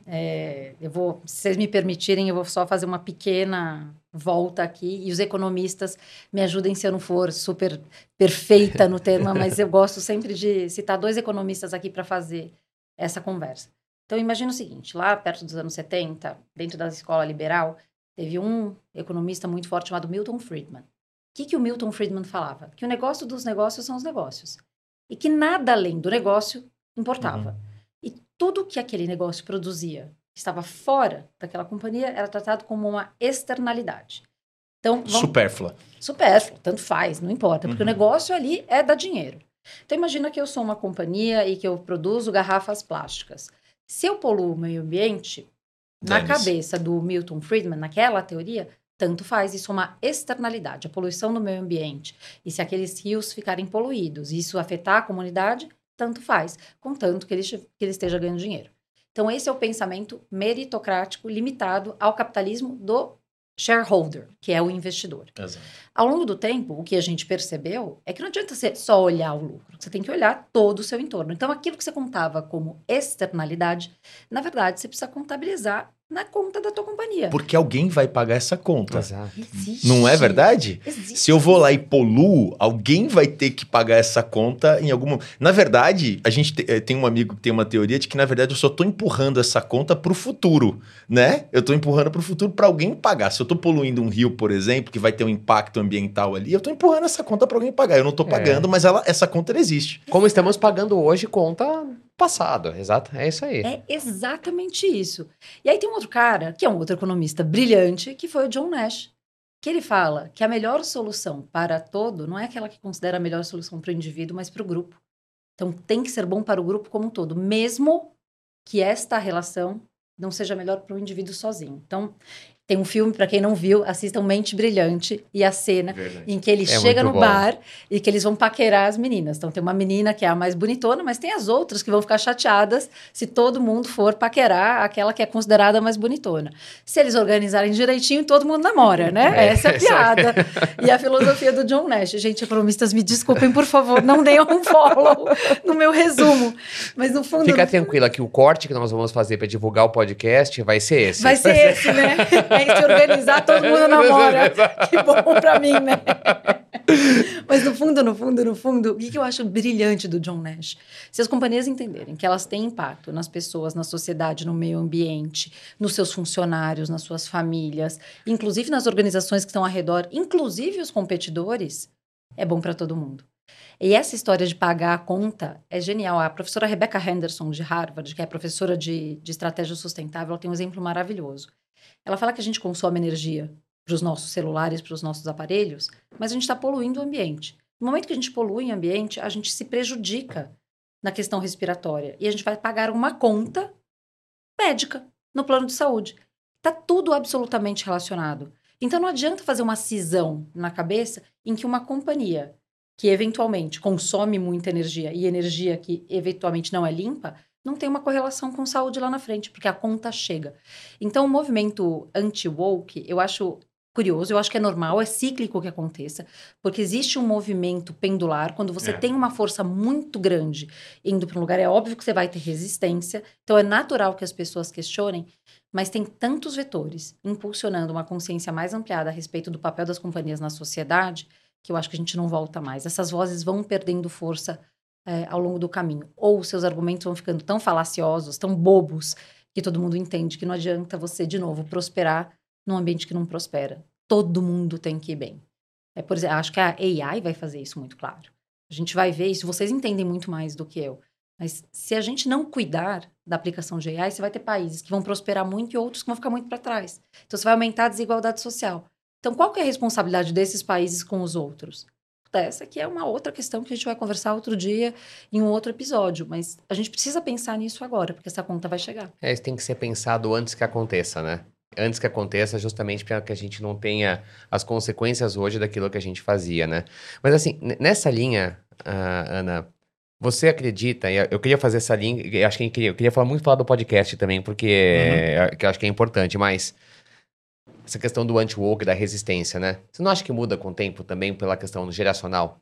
se vocês me permitirem, eu vou só fazer uma pequena volta aqui e os economistas me ajudem se eu não for super perfeita no tema, mas eu gosto sempre de citar 2 economistas aqui para fazer essa conversa. Então, imagina o seguinte, lá perto dos anos 70, dentro da escola liberal, teve um economista muito forte chamado Milton Friedman. O que o Milton Friedman falava? Que o negócio dos negócios são os negócios. E que nada além do negócio importava. E tudo que aquele negócio produzia, que estava fora daquela companhia, era tratado como uma externalidade. Então, Supérflua, tanto faz, não importa, porque o negócio ali é dar dinheiro. Então, imagina que eu sou uma companhia e que eu produzo garrafas plásticas. Se eu poluo o meio ambiente, na cabeça do Milton Friedman, naquela teoria, tanto faz, isso é uma externalidade, a poluição do meio ambiente. E se aqueles rios ficarem poluídos e isso afetar a comunidade, tanto faz, contanto que ele esteja ganhando dinheiro. Então, esse é o pensamento meritocrático limitado ao capitalismo do shareholder, que é o investidor. Exato. Ao longo do tempo, o que a gente percebeu é que não adianta você só olhar o lucro, você tem que olhar todo o seu entorno. Então, aquilo que você contava como externalidade, na verdade, você precisa contabilizar na conta da tua companhia. Porque alguém vai pagar essa conta. Exato. Existe. Não é verdade? Existe. Se eu vou lá e poluo, alguém vai ter que pagar essa conta em algum momento. Na verdade, a gente tem um amigo que tem uma teoria de que, na verdade, eu só tô empurrando essa conta pro futuro, né? Eu tô empurrando pro futuro para alguém pagar. Se eu tô poluindo um rio, por exemplo, que vai ter um impacto ambiental ali, eu tô empurrando essa conta para alguém pagar. Eu não tô pagando, mas essa conta existe. Como estamos pagando hoje conta passado, exato, é isso aí. É exatamente isso. E aí tem um outro cara, que é um outro economista brilhante, que foi o John Nash, que ele fala que a melhor solução para todo não é aquela que considera a melhor solução para o indivíduo, mas para o grupo. Então tem que ser bom para o grupo como um todo, mesmo que esta relação não seja melhor para o indivíduo sozinho. Então, tem um filme, para quem não viu, assistam Mente Brilhante, e a cena em que ele chega no bar e que eles vão paquerar as meninas. Então, tem uma menina que é a mais bonitona, mas tem as outras que vão ficar chateadas se todo mundo for paquerar aquela que é considerada a mais bonitona. Se eles organizarem direitinho, todo mundo namora, né? Essa é a piada. E a filosofia do John Nash. Gente, economistas, me desculpem, por favor, não deem um follow no meu resumo. Mas, no fundo... Fica tranquila que o corte que nós vamos fazer para divulgar o podcast vai ser esse. Vai ser esse, né? Aí se organizar, todo mundo namora. Que bom pra mim, né? Mas no fundo, o que eu acho brilhante do John Nash? Se as companhias entenderem que elas têm impacto nas pessoas, na sociedade, no meio ambiente, nos seus funcionários, nas suas famílias, inclusive nas organizações que estão ao redor, inclusive os competidores, é bom para todo mundo. E essa história de pagar a conta é genial. A professora Rebecca Henderson, de Harvard, que é professora de estratégia sustentável, ela tem um exemplo maravilhoso. Ela fala que a gente consome energia para os nossos celulares, para os nossos aparelhos, mas a gente está poluindo o ambiente. No momento que a gente polui o ambiente, a gente se prejudica na questão respiratória. E a gente vai pagar uma conta médica no plano de saúde. Está tudo absolutamente relacionado. Então, não adianta fazer uma cisão na cabeça em que uma companhia que eventualmente consome muita energia e energia que eventualmente não é limpa, não tem uma correlação com saúde lá na frente, porque a conta chega. Então, o movimento anti-woke, eu acho curioso, eu acho que é normal, é cíclico que aconteça, porque existe um movimento pendular, quando você tem uma força muito grande indo para um lugar, é óbvio que você vai ter resistência, então é natural que as pessoas questionem, mas tem tantos vetores impulsionando uma consciência mais ampliada a respeito do papel das companhias na sociedade, que eu acho que a gente não volta mais. Essas vozes vão perdendo força ao longo do caminho. Ou seus argumentos vão ficando tão falaciosos, tão bobos, que todo mundo entende que não adianta você, de novo, prosperar num ambiente que não prospera. Todo mundo tem que ir bem. Por exemplo, acho que a AI vai fazer isso muito claro. A gente vai ver isso, vocês entendem muito mais do que eu. Mas se a gente não cuidar da aplicação de AI, você vai ter países que vão prosperar muito e outros que vão ficar muito para trás. Então, você vai aumentar a desigualdade social. Então, qual que é a responsabilidade desses países com os outros? Essa aqui é uma outra questão que a gente vai conversar outro dia em um outro episódio. Mas a gente precisa pensar nisso agora, porque essa conta vai chegar. Isso tem que ser pensado antes que aconteça, né? Antes que aconteça, justamente para que a gente não tenha as consequências hoje daquilo que a gente fazia, né? Mas assim, nessa linha, Ana, você acredita, eu queria fazer essa linha, eu queria falar do podcast também, porque que eu acho que é importante, mas essa questão do anti-woke, da resistência, né? Você não acha que muda com o tempo também pela questão geracional?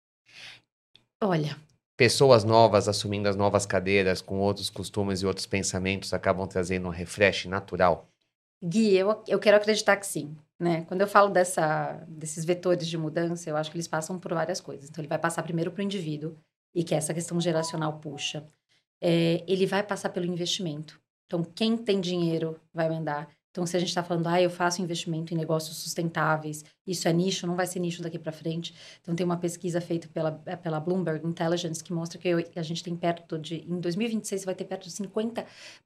Olha, pessoas novas assumindo as novas cadeiras, com outros costumes e outros pensamentos, acabam trazendo um refresh natural? Gui, eu quero acreditar que sim, né? Quando eu falo desses vetores de mudança, eu acho que eles passam por várias coisas. Então, ele vai passar primeiro para o indivíduo, e que essa questão geracional puxa. Ele vai passar pelo investimento. Então, quem tem dinheiro vai mandar. Então, se a gente está falando, eu faço investimento em negócios sustentáveis, isso é nicho, não vai ser nicho daqui para frente. Então, tem uma pesquisa feita pela Bloomberg Intelligence que mostra que a gente tem em 2026, você vai ter perto de 50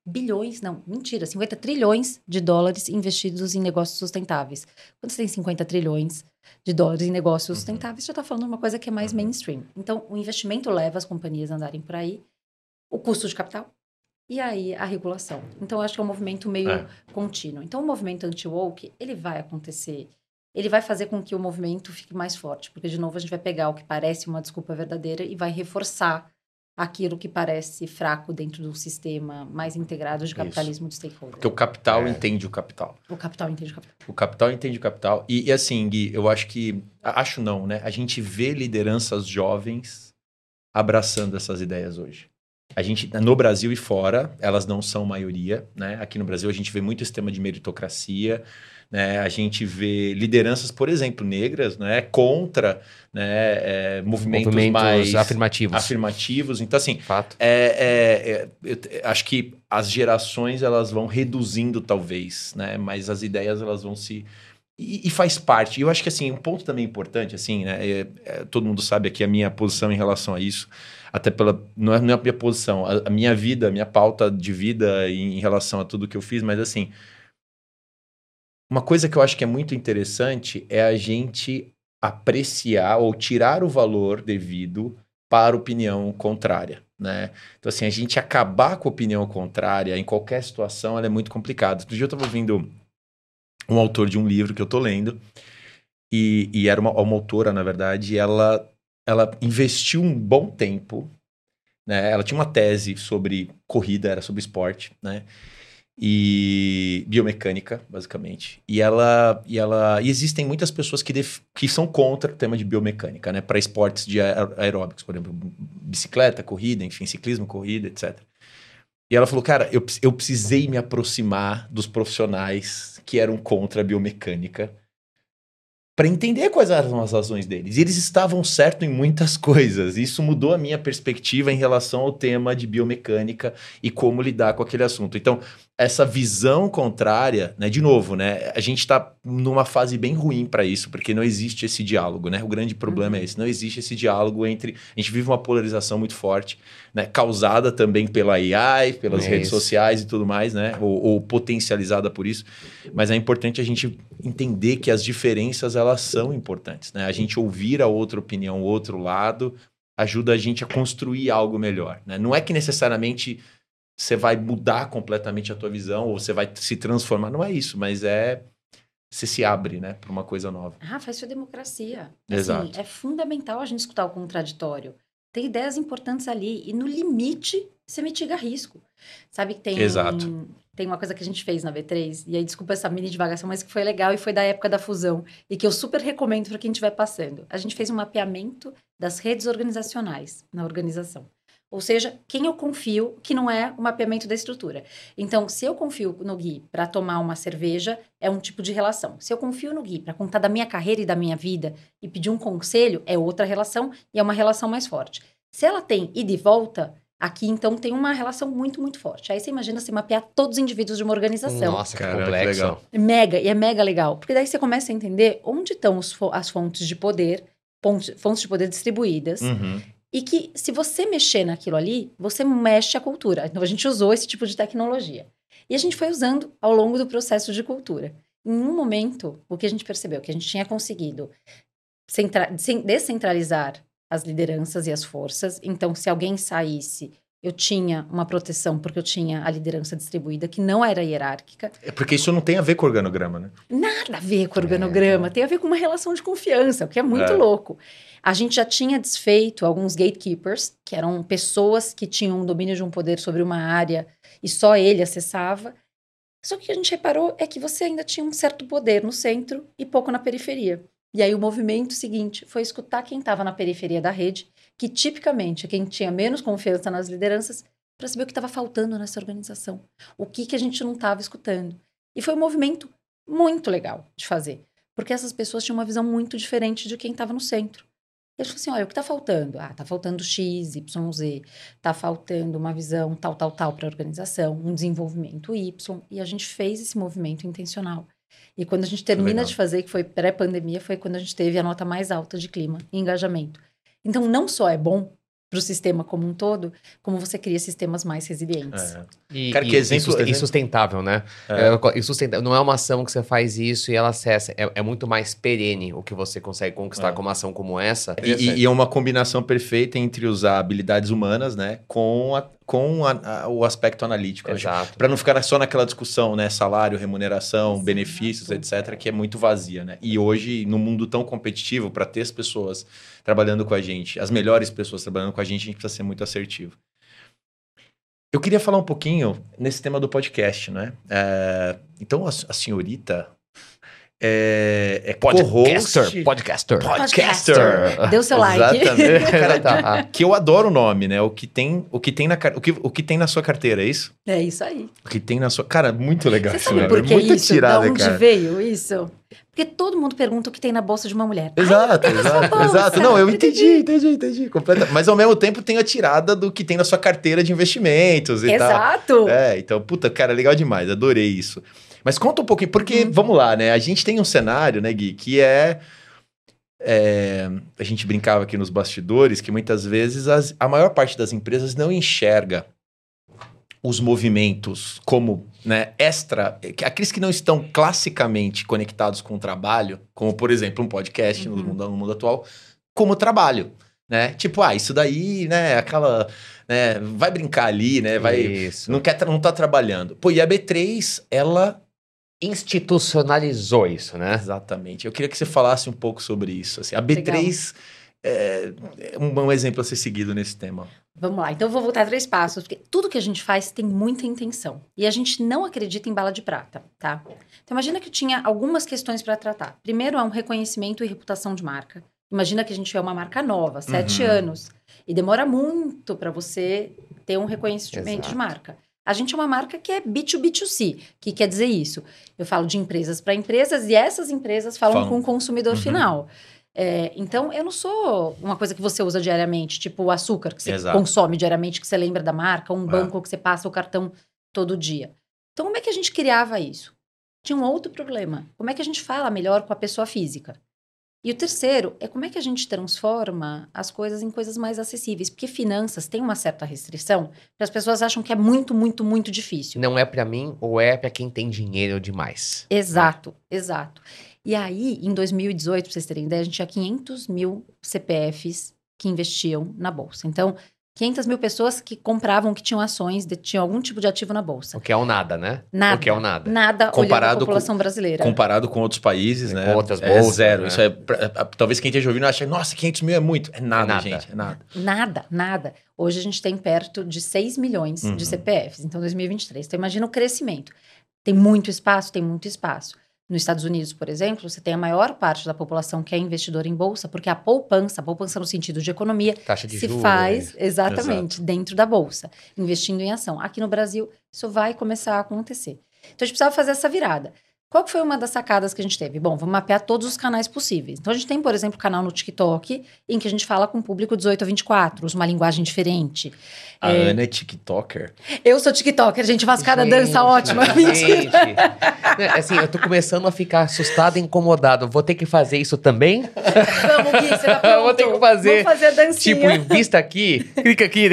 trilhões de dólares investidos em negócios sustentáveis. Quando você tem 50 trilhões de dólares em negócios sustentáveis, já está falando de uma coisa que é mais mainstream. Então, o investimento leva as companhias a andarem por aí, o custo de capital, e aí a regulação. Então, eu acho que é um movimento meio contínuo. Então, o movimento anti-woke, ele vai acontecer. Ele vai fazer com que o movimento fique mais forte. Porque, de novo, a gente vai pegar o que parece uma desculpa verdadeira e vai reforçar aquilo que parece fraco dentro do sistema mais integrado de capitalismo de stakeholder. Porque o capital entende o capital. O capital entende o capital. O capital entende o capital. E assim, Gui, eu acho que... Acho não, né? A gente vê lideranças jovens abraçando essas ideias hoje. A gente, no Brasil e fora, elas não são maioria, né? Aqui no Brasil a gente vê muito esse tema de meritocracia, né? A gente vê lideranças, por exemplo, negras, né? Contra, né? Movimentos mais afirmativos. Então, assim, fato. Eu acho que as gerações elas vão reduzindo, talvez, né? Mas as ideias elas vão se... E faz parte. E eu acho que, assim, um ponto também importante, assim, né? Todo mundo sabe aqui a minha posição em relação a isso. Até não é a minha posição, a minha vida, a minha pauta de vida em relação a tudo que eu fiz, mas assim, uma coisa que eu acho que é muito interessante é a gente apreciar ou tirar o valor devido para a opinião contrária, né? Então assim, a gente acabar com a opinião contrária em qualquer situação, ela é muito complicada. Outro dia eu estava ouvindo um autor de um livro que eu tô lendo, e era uma autora, na verdade, e ela investiu um bom tempo, né? Ela tinha uma tese sobre corrida, era sobre esporte, né? E biomecânica, basicamente. E existem muitas pessoas que são contra o tema de biomecânica, né? Para esportes de aeróbicos, por exemplo, bicicleta, corrida, enfim, ciclismo, corrida, etc. E ela falou, cara, eu precisei me aproximar dos profissionais que eram contra a biomecânica para entender quais eram as razões deles. E eles estavam certos em muitas coisas. Isso mudou a minha perspectiva em relação ao tema de biomecânica e como lidar com aquele assunto. Então, essa visão contrária, né, de novo, né, a gente está numa fase bem ruim para isso, porque não existe esse diálogo, né? O grande problema é esse, não existe esse diálogo entre... A gente vive uma polarização muito forte, né, causada também pela AI, pelas redes sociais e tudo mais, né, ou potencializada por isso. Mas é importante a gente entender que as diferenças, elas são importantes, né? A gente ouvir a outra opinião, o outro lado, ajuda a gente a construir algo melhor, né? Não é que necessariamente você vai mudar completamente a tua visão ou você vai se transformar, não é isso, mas você se abre, né, para uma coisa nova. Faz sua democracia. Exato. Assim, é fundamental a gente escutar o contraditório. Tem ideias importantes ali e no limite você mitiga risco. Sabe que tem uma coisa que a gente fez na V3, e aí desculpa essa mini divagação, mas que foi legal e foi da época da fusão e que eu super recomendo para quem estiver passando. A gente fez um mapeamento das redes organizacionais na organização. Ou seja, quem eu confio que não é o mapeamento da estrutura. Então, se eu confio no Gui para tomar uma cerveja, é um tipo de relação. Se eu confio no Gui para contar da minha carreira e da minha vida e pedir um conselho, é outra relação e é uma relação mais forte. Se ela tem ida e volta, aqui então tem uma relação muito, muito forte. Aí você imagina se mapear todos os indivíduos de uma organização. Nossa, que Cara, complexo. legal. É mega legal. Porque daí você começa a entender onde estão as fontes de poder, fontes de poder distribuídas. Uhum. E que, se você mexer naquilo ali, você mexe a cultura. Então, a gente usou esse tipo de tecnologia. E a gente foi usando ao longo do processo de cultura. Em um momento, o que a gente percebeu? Que a gente tinha conseguido descentralizar as lideranças e as forças. Então, se alguém saísse, eu tinha uma proteção, porque eu tinha a liderança distribuída, que não era hierárquica. É porque isso não tem a ver com organograma, né? Nada a ver com organograma, tem a ver com uma relação de confiança, o que é muito louco. A gente já tinha desfeito alguns gatekeepers, que eram pessoas que tinham um domínio de um poder sobre uma área e só ele acessava. Só que o que a gente reparou é que você ainda tinha um certo poder no centro e pouco na periferia. E aí o movimento seguinte foi escutar quem estava na periferia da rede, que tipicamente é quem tinha menos confiança nas lideranças, para saber o que estava faltando nessa organização. O que a gente não estava escutando. E foi um movimento muito legal de fazer, porque essas pessoas tinham uma visão muito diferente de quem estava no centro. Eles falaram assim, olha, o que está faltando? Está faltando X, Y, Z, está faltando uma visão tal para a organização, um desenvolvimento Y, e a gente fez esse movimento intencional. E quando a gente termina de fazer, que foi pré-pandemia, foi quando a gente teve a nota mais alta de clima e engajamento. Então, não só é bom para o sistema como um todo, como você cria sistemas mais resilientes. Cara, que exemplo, e sustentável, né? Não é uma ação que você faz isso e ela cessa. É muito mais perene o que você consegue conquistar com uma ação como essa. E é uma combinação perfeita entre usar habilidades humanas, né, com o aspecto analítico. Exato. Para não ficar só naquela discussão, né, salário, remuneração, benefícios, etc., que é muito vazia, né? E hoje, no mundo tão competitivo, para ter as pessoas trabalhando com a gente, as melhores pessoas trabalhando com a gente precisa ser muito assertivo. Eu queria falar um pouquinho nesse tema do podcast, né? Então, a senhorita é Podcaster. Deu seu like. Exatamente. Cara, que eu adoro o nome, né? O que tem na sua carteira, é isso? É isso aí. O que tem na sua... Cara, muito legal. Você sabe por que muito isso? tirada, de onde cara. veio isso? Porque todo mundo pergunta o que tem na bolsa de uma mulher. Exato. Não, eu entendi. Mas ao mesmo tempo tem a tirada do que tem na sua carteira de investimentos e tal. Exato. Então, puta, cara, legal demais. Adorei isso. Mas conta um pouquinho, porque, vamos lá, né? A gente tem um cenário, né, Gui, que a gente brincava aqui nos bastidores que muitas vezes a maior parte das empresas não enxerga os movimentos como, né, aqueles que não estão classicamente conectados com o trabalho, como, por exemplo, um podcast no mundo atual, como trabalho, né? Tipo, isso daí, né, aquela... né, vai brincar ali, né? Isso. Não tá trabalhando. Pô, e a B3, ela... institucionalizou isso, né? Exatamente. Eu queria que você falasse um pouco sobre isso. Assim, a B3 é um exemplo a ser seguido nesse tema. Vamos lá. Então, eu vou voltar 3 passos, porque tudo que a gente faz tem muita intenção. E a gente não acredita em bala de prata, tá? Então, imagina que eu tinha algumas questões para tratar. Primeiro, é um reconhecimento e reputação de marca. Imagina que a gente é uma marca nova, 7 anos. E demora muito para você ter um reconhecimento de marca. A gente é uma marca que é B2B2C. O que quer dizer isso? Eu falo de empresas para empresas e essas empresas falam com o consumidor final. Então, eu não sou uma coisa que você usa diariamente, tipo o açúcar que você consome diariamente, que você lembra da marca, um banco que você passa o cartão todo dia. Então, como é que a gente criava isso? Tinha um outro problema. Como é que a gente fala melhor com a pessoa física? E o terceiro é como é que a gente transforma as coisas em coisas mais acessíveis. Porque finanças tem uma certa restrição, porque as pessoas acham que é muito, muito, muito difícil. Não é para mim ou é para quem tem dinheiro demais. Exato. E aí, em 2018, para vocês terem ideia, a gente tinha 500 mil CPFs que investiam na Bolsa. Então, 500 mil pessoas que compravam, que tinham ações, tinham algum tipo de ativo na Bolsa. O que é o nada, né? Nada. O que é o nada. Nada Comparado olhando a população brasileira. Comparado com outros países, né? Com outras bolsas, zero. né? Isso talvez quem esteja ouvindo ache, nossa, 500 mil é muito. É nada, gente. É nada. Nada. Hoje a gente tem perto de 6 milhões de CPFs, então 2023. Então imagina o crescimento. Tem muito espaço? Tem muito espaço. Nos Estados Unidos, por exemplo, você tem a maior parte da população que é investidora em bolsa, porque a poupança no sentido de economia, Taxa de se juros, faz né? exatamente dentro da bolsa, investindo em ação. Aqui no Brasil, isso vai começar a acontecer. Então, a gente precisava fazer essa virada. Qual que foi uma das sacadas que a gente teve? Bom, vamos mapear todos os canais possíveis. Então, a gente tem, por exemplo, canal no TikTok, em que a gente fala com o público 18 a 24, usa uma linguagem diferente. A Ana é TikToker? Eu sou TikToker, gente, faz cada dança ótima. Mentira. Assim, eu tô começando a ficar assustado e incomodado. Vou ter que fazer isso também? Vamos, Gui, você tá pronto? Vou ter que fazer. Vamos fazer a dancinha. Tipo, invista aqui, clica aqui.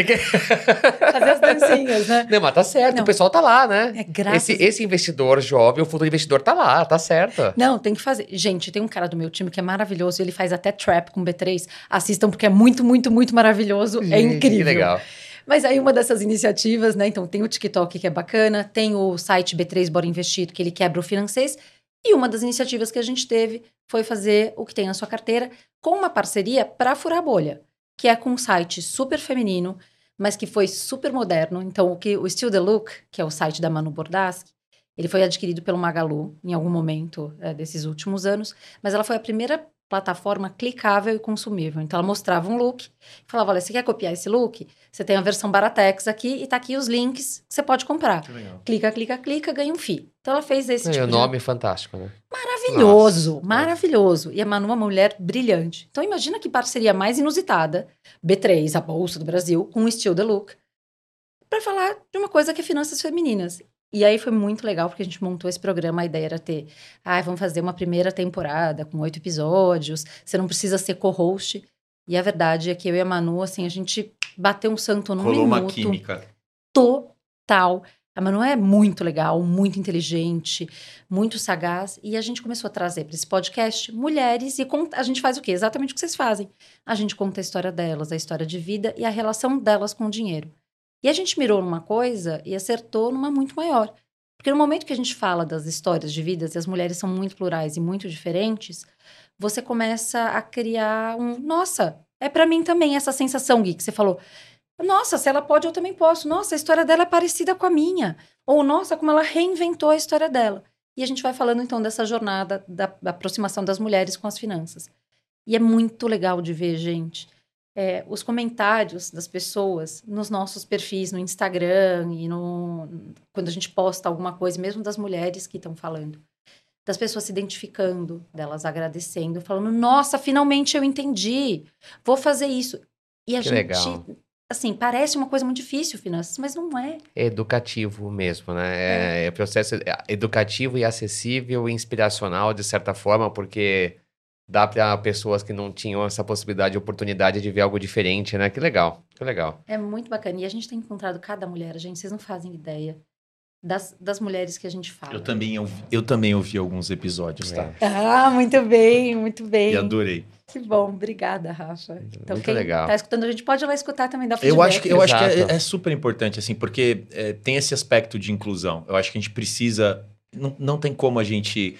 Fazer as dancinhas, né? Não, mas tá certo, Não. o pessoal tá lá, né? É graças Esse investidor jovem, o futuro investidor tá lá, tá certo. Não, tem que fazer. Gente, tem um cara do meu time que é maravilhoso, ele faz até trap com B3. Assistam porque é muito, muito, muito maravilhoso. É incrível. Que legal. Mas aí uma dessas iniciativas, né? Então tem o TikTok que é bacana, tem o site B3 Bora Investir, que ele quebra o financês. E uma das iniciativas que a gente teve foi fazer o que tem na sua carteira com uma parceria para furar a bolha, que é com um site super feminino, mas que foi super moderno. Então o Still the Look, que é o site da Manu Bordaschi, ele foi adquirido pelo Magalu em algum momento desses últimos anos, mas ela foi a primeira plataforma clicável e consumível. Então, ela mostrava um look, falava, olha, você quer copiar esse look? Você tem a versão Baratex aqui e tá aqui os links que você pode comprar. Que legal. Clica, ganha um FII. Então, ela fez esse E tipo o nome é fantástico, né? Maravilhoso, Nossa. maravilhoso. E a Manu é uma mulher brilhante. Então, imagina que parceria mais inusitada, B3, a Bolsa do Brasil, com o Still the Look, para falar de uma coisa que é finanças femininas. E aí foi muito legal, porque a gente montou esse programa, a ideia era ter, vamos fazer uma primeira temporada com 8 episódios, você não precisa ser co-host. E a verdade é que eu e a Manu, assim, a gente bateu um santo num Rolou minuto. uma química. Total. A Manu é muito legal, muito inteligente, muito sagaz. E a gente começou a trazer para esse podcast mulheres e a gente faz o quê? Exatamente o que vocês fazem. A gente conta a história delas, a história de vida e a relação delas com o dinheiro. E a gente mirou numa coisa e acertou numa muito maior. Porque no momento que a gente fala das histórias de vidas, e as mulheres são muito plurais e muito diferentes, você começa a criar nossa, é pra mim também essa sensação, Gui, que você falou. Nossa, se ela pode, eu também posso. Nossa, a história dela é parecida com a minha. Ou, nossa, como ela reinventou a história dela. E a gente vai falando, então, dessa jornada da aproximação das mulheres com as finanças. E é muito legal de ver, gente, os comentários das pessoas nos nossos perfis, no Instagram e quando a gente posta alguma coisa, mesmo das mulheres que estão falando, das pessoas se identificando, delas agradecendo, falando, nossa, finalmente eu entendi, vou fazer isso. E a Que gente, legal. assim, parece uma coisa muito difícil, finanças, mas não é. É educativo mesmo, né? É processo educativo e acessível e inspiracional, de certa forma, porque dá para pessoas que não tinham essa possibilidade, oportunidade de ver algo diferente, né? Que legal, que legal. É muito bacana. E a gente tem encontrado cada mulher, gente, vocês não fazem ideia das mulheres que a gente fala. Eu também ouvi alguns episódios, tá? Muito bem, muito bem. E adorei. Que bom, obrigada, Rafa. Então, Muito quem legal. tá escutando a gente pode ir lá escutar também, dar Eu acho feedback. que Exato. é super importante, assim, porque tem esse aspecto de inclusão. Eu acho que a gente precisa... Não tem como a gente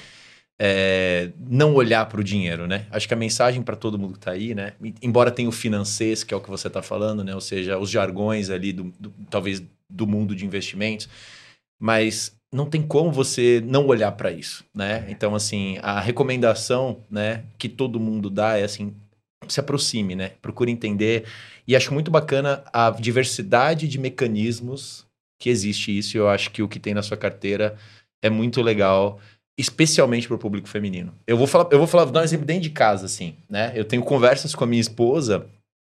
não olhar para o dinheiro, né? Acho que a mensagem para todo mundo que está aí, né? Embora tenha o financeiro, que é o que você está falando, né? Ou seja, os jargões ali, talvez, do mundo de investimentos. Mas não tem como você não olhar para isso, né? Então, assim, a recomendação, né, que todo mundo dá é assim, se aproxime, né? Procure entender. E acho muito bacana a diversidade de mecanismos que existe isso. E eu acho que o que tem na sua carteira é muito legal, especialmente para o público feminino. Eu vou dar um exemplo dentro de casa, assim, né? Eu tenho conversas com a minha esposa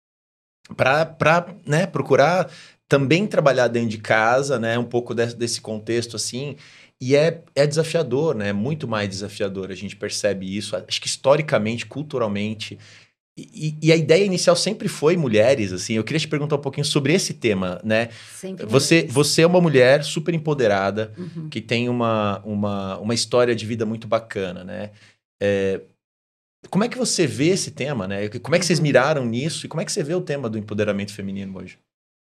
para né, procurar também trabalhar dentro de casa, né? Um pouco desse contexto, assim. E é desafiador, né? É muito mais desafiador. A gente percebe isso. Acho que historicamente, culturalmente. E a ideia inicial sempre foi mulheres, assim. Eu queria te perguntar um pouquinho sobre esse tema, né? Sempre Você é uma mulher super empoderada, Uhum. que tem uma história de vida muito bacana, né? Como é que você vê esse tema, né? Como é que vocês miraram nisso? E como é que você vê o tema do empoderamento feminino hoje?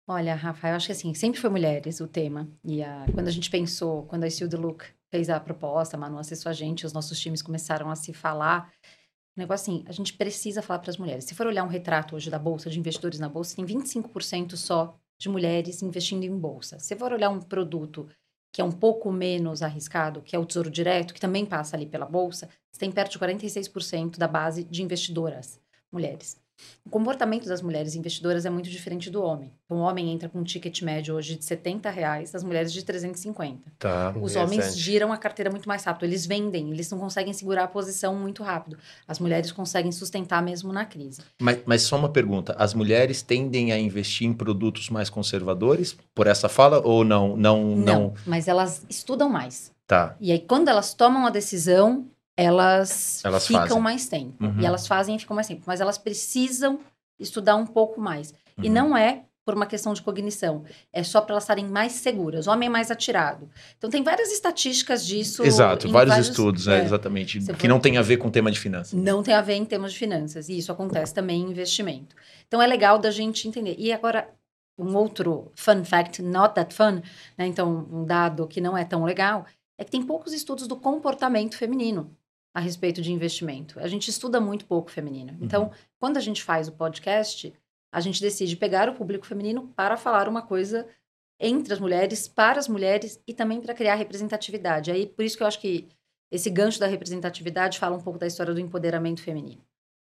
Olha, Rafa, eu acho que assim, sempre foi mulheres o tema. E quando a gente pensou, quando a Still the Look fez a proposta, a Manu acessou a gente, os nossos times começaram a se falar. O negócio assim, a gente precisa falar para as mulheres. Se for olhar um retrato hoje da Bolsa, de investidores na Bolsa, tem 25% só de mulheres investindo em Bolsa. Se for olhar um produto que é um pouco menos arriscado, que é o Tesouro Direto, que também passa ali pela Bolsa, você tem perto de 46% da base de investidoras, mulheres. O comportamento das mulheres investidoras é muito diferente do homem. Então, o homem entra com um ticket médio hoje de R$70, as mulheres de 350. Tá. Os homens giram a carteira muito mais rápido, eles vendem, eles não conseguem segurar a posição muito rápido. As mulheres conseguem sustentar mesmo na crise. Mas só uma pergunta, as mulheres tendem a investir em produtos mais conservadores por essa fala ou não? Não, mas elas estudam mais. Tá. E aí, quando elas tomam a decisão, elas ficam fazem mais tempo. Uhum. E elas fazem e ficam mais tempo. Mas elas precisam estudar um pouco mais. Uhum. E não é por uma questão de cognição. É só para elas estarem mais seguras. O homem é mais atirado. Então, tem várias estatísticas disso. Exato, vários estudos, exatamente. Que não tem a ver com o tema de finanças. Não tem a ver em termos de finanças. E isso acontece também em investimento. Então, é legal da gente entender. E agora, um outro fun fact, not that fun, né? Então, um dado que não é tão legal, é que tem poucos estudos do comportamento feminino a respeito de investimento. A gente estuda muito pouco feminino. Então, quando a gente faz o podcast, a gente decide pegar o público feminino para falar uma coisa entre as mulheres, para as mulheres e também para criar representatividade. Aí, por isso que eu acho que esse gancho da representatividade fala um pouco da história do empoderamento feminino.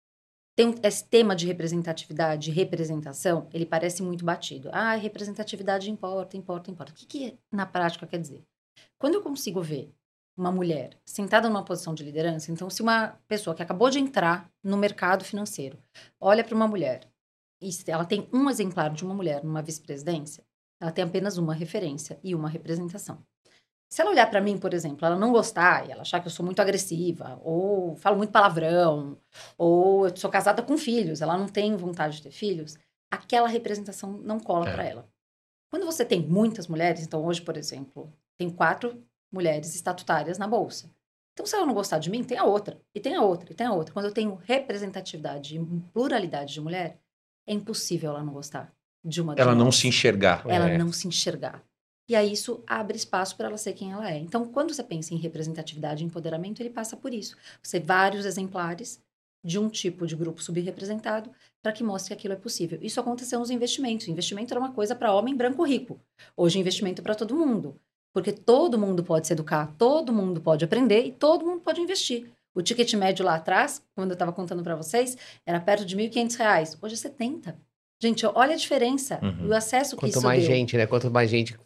Esse tema de representatividade, representação, ele parece muito batido. Representatividade importa. O que na prática quer dizer? Quando eu consigo ver uma mulher sentada numa posição de liderança, então se uma pessoa que acabou de entrar no mercado financeiro olha para uma mulher e ela tem um exemplar de uma mulher numa vice-presidência, ela tem apenas uma referência e uma representação. Se ela olhar para mim, por exemplo, ela não gostar e ela achar que eu sou muito agressiva, ou falo muito palavrão, ou eu sou casada com filhos, ela não tem vontade de ter filhos, aquela representação não cola para ela. Quando você tem muitas mulheres, então hoje, por exemplo, tem 4 mulheres estatutárias na Bolsa. Então, se ela não gostar de mim, tem a outra, e tem a outra, e tem a outra. Quando eu tenho representatividade e pluralidade de mulher, é impossível ela não gostar de uma Ela não se enxergar. Ela não se enxergar. E aí isso abre espaço para ela ser quem ela é. Então, quando você pensa em representatividade e empoderamento, ele passa por isso. Você tem vários exemplares de um tipo de grupo subrepresentado para que mostre que aquilo é possível. Isso aconteceu nos investimentos. O investimento era uma coisa para homem branco rico. Hoje, investimento é para todo mundo. Porque todo mundo pode se educar, todo mundo pode aprender e todo mundo pode investir. O ticket médio lá atrás, quando eu estava contando para vocês, era perto de R$1.500. Hoje é 70. Gente, olha a diferença e o acesso que isso deu. Quanto mais gente, né? Quanto mais gente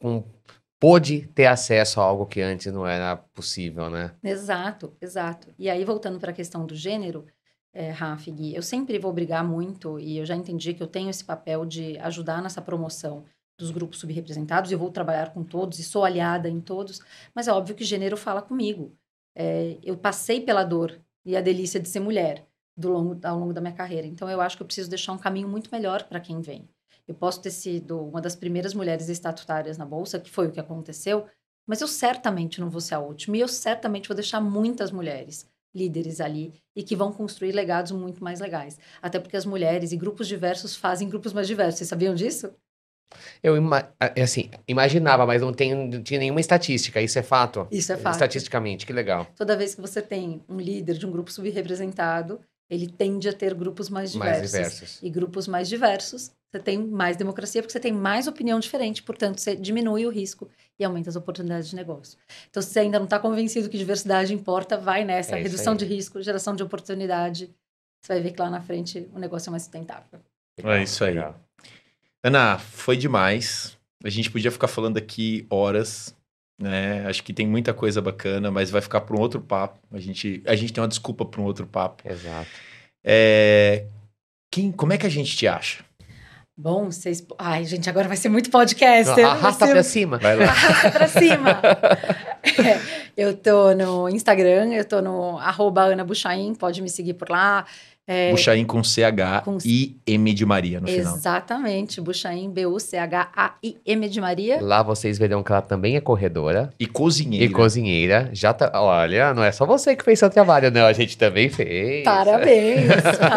pôde ter acesso a algo que antes não era possível, né? Exato. E aí, voltando para a questão do gênero, Rafa, Gui, eu sempre vou brigar muito e eu já entendi que eu tenho esse papel de ajudar nessa promoção dos grupos subrepresentados, eu vou trabalhar com todos e sou aliada em todos, mas é óbvio que gênero fala comigo. Eu passei pela dor e a delícia de ser mulher ao longo da minha carreira, então eu acho que eu preciso deixar um caminho muito melhor para quem vem. Eu posso ter sido uma das primeiras mulheres estatutárias na Bolsa, que foi o que aconteceu, mas eu certamente não vou ser a última e eu certamente vou deixar muitas mulheres líderes ali e que vão construir legados muito mais legais. Até porque as mulheres e grupos diversos fazem grupos mais diversos. Vocês sabiam disso? Eu imaginava, mas não tinha nenhuma estatística. Isso é fato? Isso é fato. Estatisticamente, que legal. Toda vez que você tem um líder de um grupo subrepresentado, ele tende a ter grupos mais diversos. E grupos mais diversos, você tem mais democracia, porque você tem mais opinião diferente, portanto, você diminui o risco e aumenta as oportunidades de negócio. Então, se você ainda não está convencido que diversidade importa, vai nessa. Redução de risco, geração de oportunidade. Você vai ver que lá na frente o negócio é mais sustentável. É isso aí. Legal. Ana, foi demais. A gente podia ficar falando aqui horas, né? Acho que tem muita coisa bacana, mas vai ficar para um outro papo. A gente tem uma desculpa para um outro papo. Exato. Como é que a gente te acha? Bom, vocês... Ai, gente, agora vai ser muito podcast. Arrasta pra cima. Vai lá. Arrasta pra cima. Eu tô no Instagram, eu tô no @AnaBuchain, pode me seguir por lá. Buchaim com CH com- e M de Maria no final. Exatamente, Buchaim, Buchaim de Maria. Lá vocês verão que ela também é corredora E cozinheira. e cozinheira. Já tá, olha, não é só você que fez seu trabalho, não. A gente também fez. Parabéns,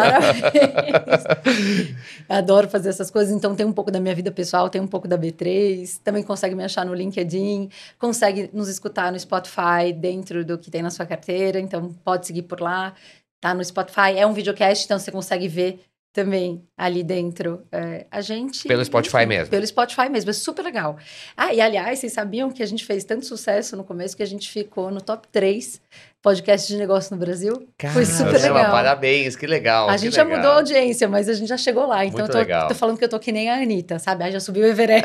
parabéns. Adoro fazer essas coisas, então tem um pouco da minha vida pessoal, tem um pouco da B3, também consegue me achar no LinkedIn, consegue nos escutar no Spotify, dentro do que tem na sua carteira, então pode seguir por lá, tá no Spotify, é um videocast, então você consegue ver também ali dentro a gente... Pelo Spotify enfim, mesmo. Pelo Spotify mesmo, é super legal. Ah, e aliás, vocês sabiam que a gente fez tanto sucesso no começo que a gente ficou no top 3 podcast de negócio no Brasil? Foi super Caramba, legal. Parabéns, que legal. A que gente já legal. mudou a audiência, mas a gente já chegou lá. Então, Muito eu legal. tô falando que eu tô que nem a Anitta, sabe? Já subiu o Everest.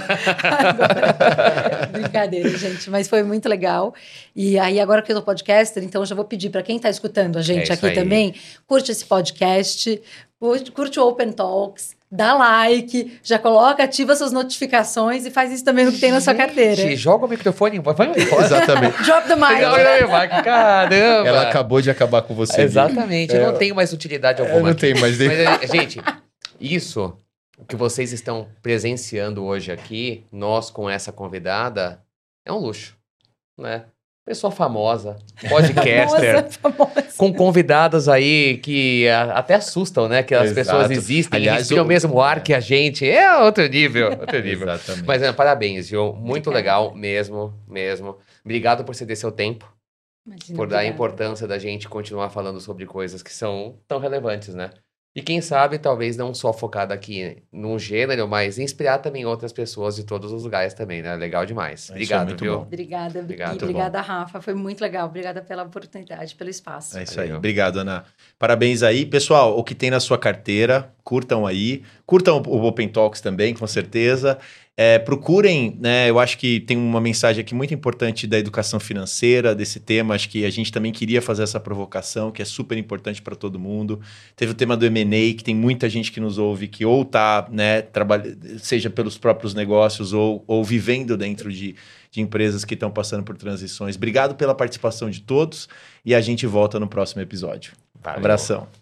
Agora... Brincadeira, gente. Mas foi muito legal. E aí, agora que eu tô podcaster, então eu já vou pedir para quem tá escutando a gente isso aqui aí. também, curte esse podcast, curte o Open Talks, dá like, já coloca, ativa suas notificações e faz isso também no que tem na sua carteira. Gente, joga o microfone, vai embora. Exatamente. Drop the mic. Caramba. Ela acabou de acabar com você. Exatamente, eu não tenho mais utilidade alguma. Eu não tenho mais nem... Mas, gente, isso, o que vocês estão presenciando hoje aqui, nós com essa convidada, é um luxo, né? Pessoa famosa, podcaster, Famosa. com convidadas aí que até assustam, né? Que as Exato. pessoas existem, Aliás, respiram o mesmo ar que a gente. É outro nível, outro nível. Exatamente. Mas parabéns, viu? Muito Obrigada. legal mesmo, mesmo. Obrigado por ceder seu tempo, Imagina, por dar a obrigada. importância da gente continuar falando sobre coisas que são tão relevantes, né? E quem sabe, talvez não só focado aqui num gênero, mas inspirar também outras pessoas de todos os lugares também, né? Legal demais. Isso é Obrigado, muito viu? bom. Obrigada, Obrigado, Gui. Obrigada, Rafa. Foi muito legal. Obrigada pela oportunidade, pelo espaço. É isso aí. Valeu. Obrigado, Ana. Parabéns aí. Pessoal, o que tem na sua carteira, curtam aí. Curtam o Open Talks também, com certeza. Procurem, né? Eu acho que tem uma mensagem aqui muito importante da educação financeira, desse tema. Acho que a gente também queria fazer essa provocação, que é super importante para todo mundo. Teve o tema do M&A, que tem muita gente que nos ouve, que ou está, né, seja pelos próprios negócios ou vivendo dentro de empresas que estão passando por transições. Obrigado pela participação de todos e a gente volta no próximo episódio. Valeu. Abração.